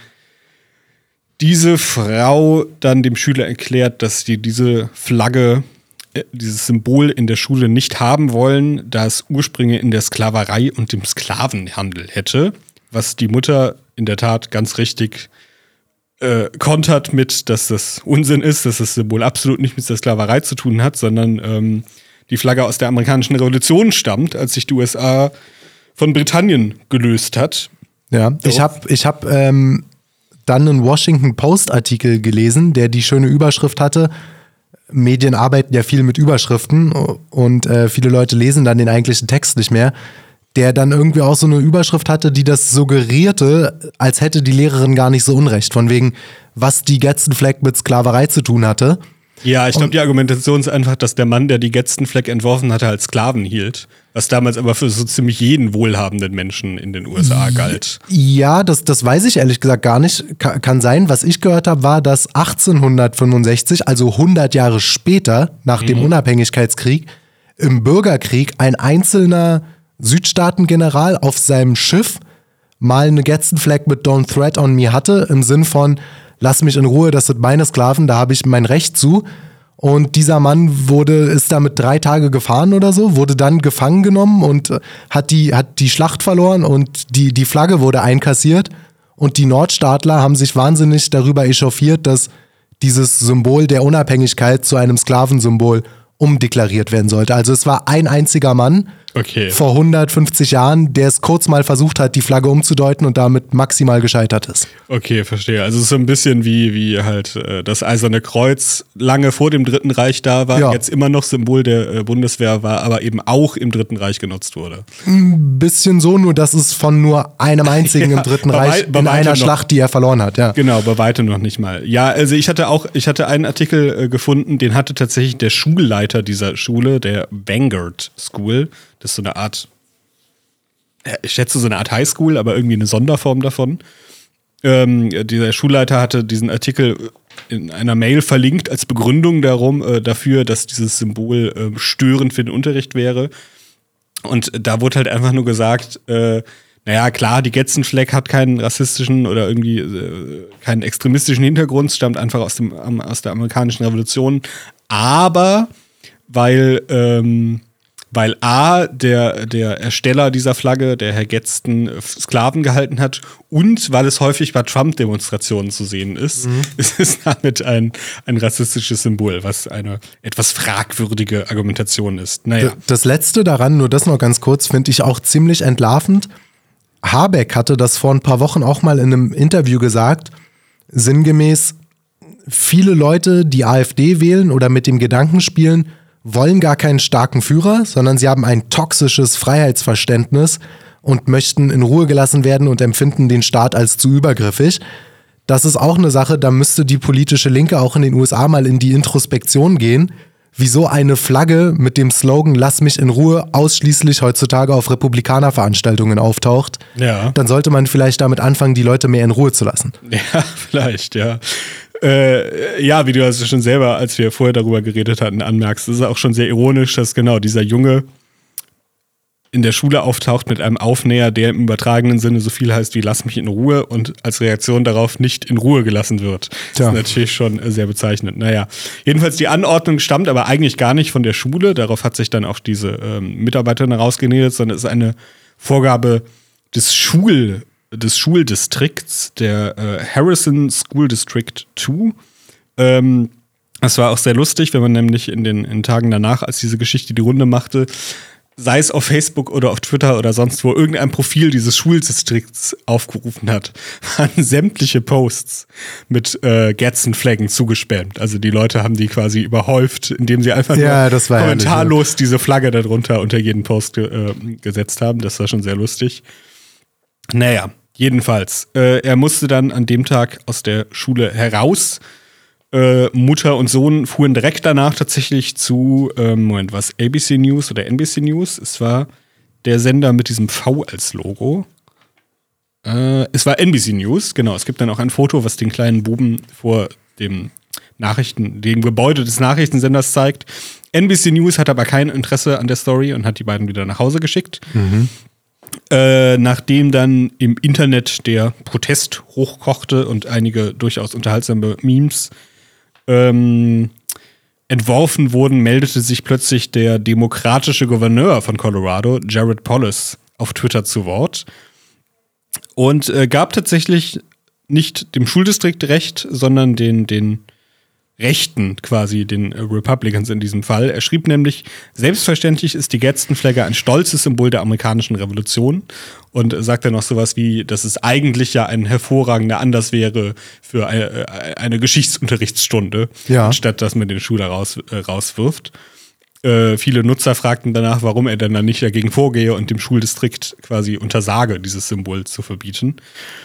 diese Frau dann dem Schüler erklärt, dass die diese Flagge, äh, dieses Symbol in der Schule nicht haben wollen, da es Ursprünge in der Sklaverei und dem Sklavenhandel hätte. Was die Mutter in der Tat ganz richtig äh, kontert mit, dass das Unsinn ist, dass das Symbol absolut nicht mit der Sklaverei zu tun hat, sondern ähm, die Flagge aus der amerikanischen Revolution stammt, als sich die U S A von Britannien gelöst hat. Ja, ich habe ich hab, ähm, dann einen Washington Post-Artikel gelesen, der die schöne Überschrift hatte. Medien arbeiten ja viel mit Überschriften und äh, viele Leute lesen dann den eigentlichen Text nicht mehr. Der dann irgendwie auch so eine Überschrift hatte, die das suggerierte, als hätte die Lehrerin gar nicht so unrecht. Von wegen, was die Gadsden Flag mit Sklaverei zu tun hatte. Ja, ich glaube, die Argumentation ist einfach, dass der Mann, der die Gadsden Flag entworfen hatte, als Sklaven hielt. Was damals aber für so ziemlich jeden wohlhabenden Menschen in den U S A galt. Ja, das, das weiß ich ehrlich gesagt gar nicht. Ka- kann sein. Was ich gehört habe, war, dass achtzehnhundertfünfundsechzig, also hundert Jahre später, nach dem mhm. Unabhängigkeitskrieg, im Bürgerkrieg ein einzelner Südstaatengeneral auf seinem Schiff mal eine Gadsden Flag mit Don't Threat on Me hatte, im Sinn von, lass mich in Ruhe, das sind meine Sklaven, da habe ich mein Recht zu. Und dieser Mann wurde, ist damit drei Tage gefahren oder so, wurde dann gefangen genommen und hat die, hat die Schlacht verloren und die, die Flagge wurde einkassiert. Und die Nordstaatler haben sich wahnsinnig darüber echauffiert, dass dieses Symbol der Unabhängigkeit zu einem Sklavensymbol umdeklariert werden sollte. Also es war ein einziger Mann Okay. vor hundertfünfzig Jahren, der es kurz mal versucht hat, die Flagge umzudeuten und damit maximal gescheitert ist. Okay, verstehe. Also es ist so ein bisschen wie, wie halt äh, das Eiserne Kreuz lange vor dem Dritten Reich da war, Ja. jetzt immer noch Symbol der äh, Bundeswehr war, aber eben auch im Dritten Reich genutzt wurde. Ein bisschen so, nur dass es von nur einem einzigen Ja, im Dritten bei Reich wei- bei in weitem einer noch. Schlacht, die er verloren hat. Ja. Genau, bei weitem noch nicht mal. Ja, also ich hatte auch, ich hatte einen Artikel äh, gefunden, den hatte tatsächlich der Schulleiter dieser Schule, der Vanguard School. Das ist so eine Art, ja, ich schätze so eine Art Highschool, aber irgendwie eine Sonderform davon. Ähm, dieser Schulleiter hatte diesen Artikel in einer Mail verlinkt als Begründung darum, äh, dafür, dass dieses Symbol äh, störend für den Unterricht wäre. Und da wurde halt einfach nur gesagt, äh, naja, klar, die Getzenfleck hat keinen rassistischen oder irgendwie äh, keinen extremistischen Hintergrund, stammt einfach aus, dem, am, aus der amerikanischen Revolution. Aber weil, ähm, weil A, der, der Ersteller dieser Flagge, der Herr Gadsden, Sklaven gehalten hat und weil es häufig bei Trump-Demonstrationen zu sehen ist, mhm. ist es damit ein, ein rassistisches Symbol, was eine etwas fragwürdige Argumentation ist. Naja. Das Letzte daran, nur das noch ganz kurz, finde ich auch ziemlich entlarvend. Habeck hatte das vor ein paar Wochen auch mal in einem Interview gesagt, sinngemäß, viele Leute, die AfD wählen oder mit dem Gedanken spielen, wollen gar keinen starken Führer, sondern sie haben ein toxisches Freiheitsverständnis und möchten in Ruhe gelassen werden und empfinden den Staat als zu übergriffig. Das ist auch eine Sache, da müsste die politische Linke auch in den U S A mal in die Introspektion gehen, wieso eine Flagge mit dem Slogan "Lass mich in Ruhe" ausschließlich heutzutage auf Republikanerveranstaltungen auftaucht. Ja. Dann sollte man vielleicht damit anfangen, die Leute mehr in Ruhe zu lassen. Ja, vielleicht, ja. Äh, ja, wie du also schon selber, als wir vorher darüber geredet hatten, anmerkst, ist es auch schon sehr ironisch, dass genau dieser Junge in der Schule auftaucht mit einem Aufnäher, der im übertragenen Sinne so viel heißt wie "Lass mich in Ruhe" und als Reaktion darauf nicht in Ruhe gelassen wird. Tja. Das ist natürlich schon sehr bezeichnend. Naja, jedenfalls die Anordnung stammt aber eigentlich gar nicht von der Schule. Darauf hat sich dann auch diese ähm, Mitarbeiterin herausgeredet, sondern es ist eine Vorgabe des Schul des Schuldistrikts, der äh, Harrison School District zwei. Ähm, das war auch sehr lustig, wenn man nämlich in den in Tagen danach, als diese Geschichte die Runde machte, sei es auf Facebook oder auf Twitter oder sonst wo, irgendein Profil dieses Schuldistrikts aufgerufen hat, waren sämtliche Posts mit äh, Gadsden-Flaggen zugespammt. Also die Leute haben die quasi überhäuft, indem sie einfach Ja, nur das war kommentarlos herrlich, ja. diese Flagge darunter unter jeden Post ge äh, gesetzt haben. Das war schon sehr lustig. Naja, jedenfalls. Äh, er musste dann an dem Tag aus der Schule heraus. Äh, Mutter und Sohn fuhren direkt danach tatsächlich zu, äh, Moment, was, A B C News oder N B C News? Es war der Sender mit diesem V als Logo. Äh, es war N B C News, genau. Es gibt dann auch ein Foto, was den kleinen Buben vor dem Nachrichten, dem Gebäude des Nachrichtensenders zeigt. N B C News hat aber kein Interesse an der Story und hat die beiden wieder nach Hause geschickt. Mhm. Äh, nachdem dann im Internet der Protest hochkochte und einige durchaus unterhaltsame Memes ähm, entworfen wurden, meldete sich plötzlich der demokratische Gouverneur von Colorado, Jared Polis, auf Twitter zu Wort und äh, gab tatsächlich nicht dem Schuldistrikt recht, sondern den, den Rechten, quasi den Republicans in diesem Fall. Er schrieb nämlich, selbstverständlich ist die Gadsden-Flagge ein stolzes Symbol der amerikanischen Revolution und sagt dann noch sowas wie, dass es eigentlich ja ein hervorragender Anlass wäre für eine, eine Geschichtsunterrichtsstunde, Ja. anstatt dass man den Schüler raus, äh, rauswirft. Äh, viele Nutzer fragten danach, warum er denn dann nicht dagegen vorgehe und dem Schuldistrikt quasi untersage, dieses Symbol zu verbieten.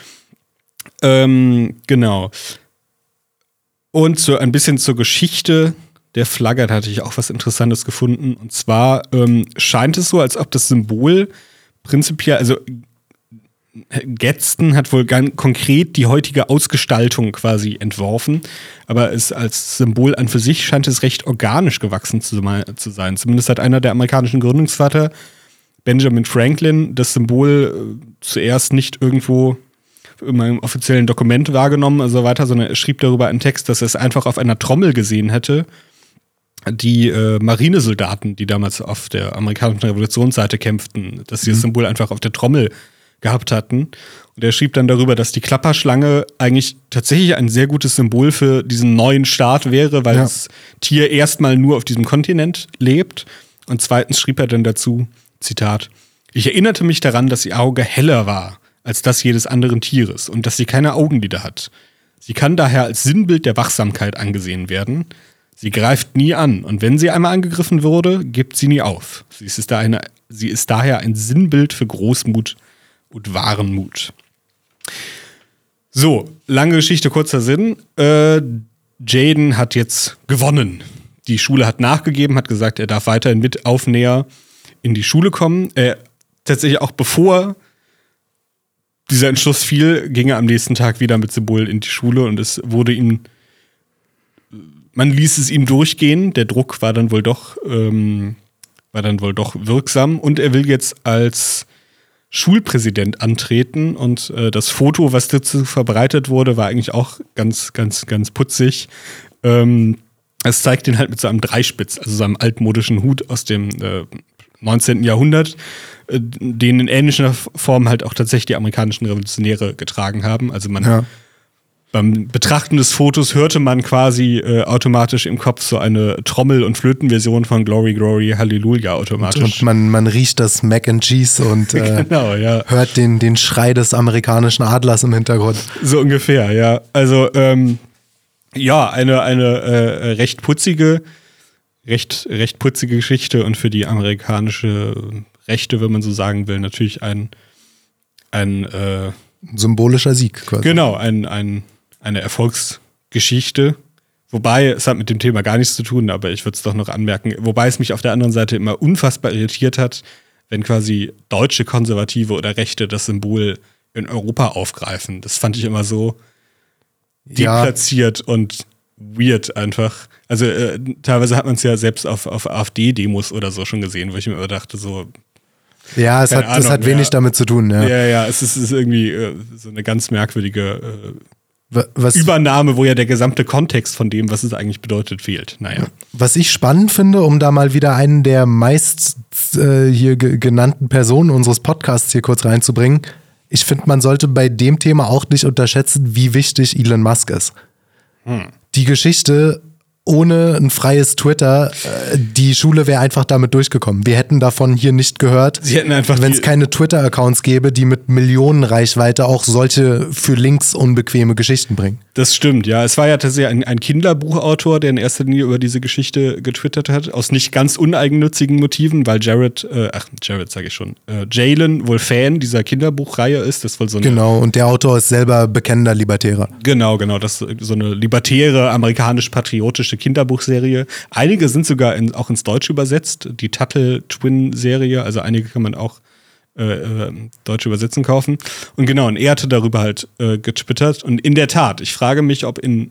Ähm, genau. Und so ein bisschen zur Geschichte der Flagge, da hatte ich auch was Interessantes gefunden. Und zwar ähm, scheint es so, als ob das Symbol prinzipiell, also Gadsden hat wohl ganz konkret die heutige Ausgestaltung quasi entworfen, aber es als Symbol an für sich scheint es recht organisch gewachsen zu, zu sein. Zumindest hat einer der amerikanischen Gründungsväter, Benjamin Franklin, das Symbol äh, zuerst nicht irgendwo in einem offiziellen Dokument wahrgenommen und so weiter, sondern er schrieb darüber einen Text, dass er es einfach auf einer Trommel gesehen hätte. Die äh, Marinesoldaten, die damals auf der amerikanischen Revolutionsseite kämpften, dass sie das Symbol einfach auf der Trommel gehabt hatten. Und er schrieb dann darüber, dass die Klapperschlange eigentlich tatsächlich ein sehr gutes Symbol für diesen neuen Staat wäre, weil ja. das Tier erstmal nur auf diesem Kontinent lebt. Und zweitens schrieb er dann dazu, Zitat, ich erinnerte mich daran, dass ihr Auge heller war als das jedes anderen Tieres und dass sie keine Augenlider hat. Sie kann daher als Sinnbild der Wachsamkeit angesehen werden. Sie greift nie an und wenn sie einmal angegriffen wurde, gibt sie nie auf. Sie ist, da eine, sie ist daher ein Sinnbild für Großmut und wahren Mut. So, lange Geschichte, kurzer Sinn. Äh, Jaden hat jetzt gewonnen. Die Schule hat nachgegeben, hat gesagt, er darf weiterhin mit Aufnäher in die Schule kommen. Äh, tatsächlich auch bevor dieser Entschluss fiel, ging er am nächsten Tag wieder mit Symbol in die Schule und es wurde ihm, man ließ es ihm durchgehen. Der Druck war dann wohl doch, ähm, war dann wohl doch wirksam und er will jetzt als Schulpräsident antreten und äh, das Foto, was dazu verbreitet wurde, war eigentlich auch ganz, ganz, ganz putzig. Ähm, es zeigt ihn halt mit so einem Dreispitz, also so einem altmodischen Hut aus dem äh, neunzehnten. Jahrhundert, äh, den in ähnlicher Form halt auch tatsächlich die amerikanischen Revolutionäre getragen haben. Also man ja. beim Betrachten des Fotos hörte man quasi äh, automatisch im Kopf so eine Trommel- und Flötenversion von Glory, Glory, Hallelujah automatisch. Und, und man, man riecht das Mac and Cheese und äh, genau, ja. hört den, den Schrei des amerikanischen Adlers im Hintergrund. So ungefähr, ja. Also, ähm, ja, eine, eine äh, recht putzige, recht, recht putzige Geschichte und für die amerikanische Rechte, wenn man so sagen will, natürlich ein, ein äh, symbolischer Sieg quasi. Genau, ein, ein, eine Erfolgsgeschichte. Wobei, es hat mit dem Thema gar nichts zu tun, aber ich würde es doch noch anmerken, wobei es mich auf der anderen Seite immer unfassbar irritiert hat, wenn quasi deutsche Konservative oder Rechte das Symbol in Europa aufgreifen. Das fand ich immer so deplatziert ja. und weird einfach. Also äh, teilweise hat man es ja selbst auf, auf AfD-Demos oder so schon gesehen, wo ich mir immer dachte, so ja, es hat, Ahnung, das hat wenig ja. damit zu tun. Ja, ja, ja es, ist, es ist irgendwie äh, so eine ganz merkwürdige äh, was, Übernahme, wo ja der gesamte Kontext von dem, was es eigentlich bedeutet, fehlt. Naja. Was ich spannend finde, um da mal wieder einen der meist äh, hier ge- genannten Personen unseres Podcasts hier kurz reinzubringen, ich finde, man sollte bei dem Thema auch nicht unterschätzen, wie wichtig Elon Musk ist. Hm. Die Geschichte ohne ein freies Twitter, äh, die Schule wäre einfach damit durchgekommen. Wir hätten davon hier nicht gehört, wenn es keine Twitter-Accounts gäbe, die mit Millionen Reichweite auch solche für Links unbequeme Geschichten bringen. Das stimmt, ja. Es war ja tatsächlich ein, ein Kinderbuchautor, der in erster Linie über diese Geschichte getwittert hat, aus nicht ganz uneigennützigen Motiven, weil Jared, äh, ach, Jared sage ich schon, äh, Jalen wohl Fan dieser Kinderbuchreihe ist. Das ist wohl so eine, genau, und der Autor ist selber bekennender Libertärer. Genau, genau. Das ist so eine libertäre, amerikanisch-patriotische Kinderbuchserie. Einige sind sogar in, auch ins Deutsche übersetzt. Die Tuttle-Twin-Serie, also einige kann man auch äh, äh, deutsch übersetzen kaufen. Und genau, und er hatte darüber halt äh, getwittert. Und in der Tat, ich frage mich, ob in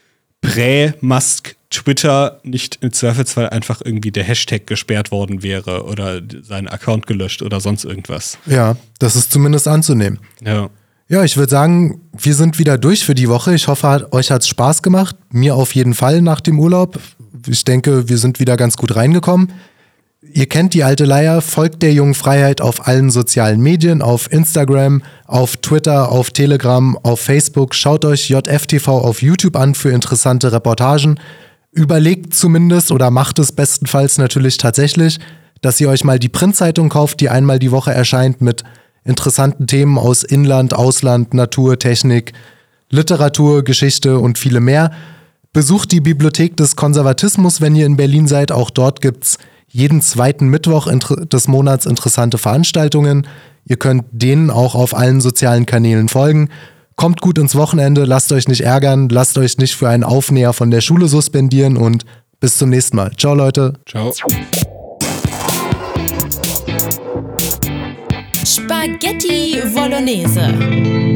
Prä-Musk Twitter nicht im Zweifelsfall einfach irgendwie der Hashtag gesperrt worden wäre oder sein Account gelöscht oder sonst irgendwas. Ja, das ist zumindest anzunehmen. Ja. Ja, ich würde sagen, wir sind wieder durch für die Woche. Ich hoffe, euch hat es Spaß gemacht. Mir auf jeden Fall nach dem Urlaub. Ich denke, wir sind wieder ganz gut reingekommen. Ihr kennt die alte Leier. Folgt der Jungen Freiheit auf allen sozialen Medien, auf Instagram, auf Twitter, auf Telegram, auf Facebook. Schaut euch J F T V auf YouTube an für interessante Reportagen. Überlegt zumindest oder macht es bestenfalls natürlich tatsächlich, dass ihr euch mal die Printzeitung kauft, die einmal die Woche erscheint mit interessanten Themen aus Inland, Ausland, Natur, Technik, Literatur, Geschichte und viele mehr. Besucht die Bibliothek des Konservatismus, wenn ihr in Berlin seid. Auch dort gibt's jeden zweiten Mittwoch des Monats interessante Veranstaltungen. Ihr könnt denen auch auf allen sozialen Kanälen folgen. Kommt gut ins Wochenende, lasst euch nicht ärgern, lasst euch nicht für einen Aufnäher von der Schule suspendieren und bis zum nächsten Mal. Ciao, Leute. Ciao. Spaghetti Bolognese.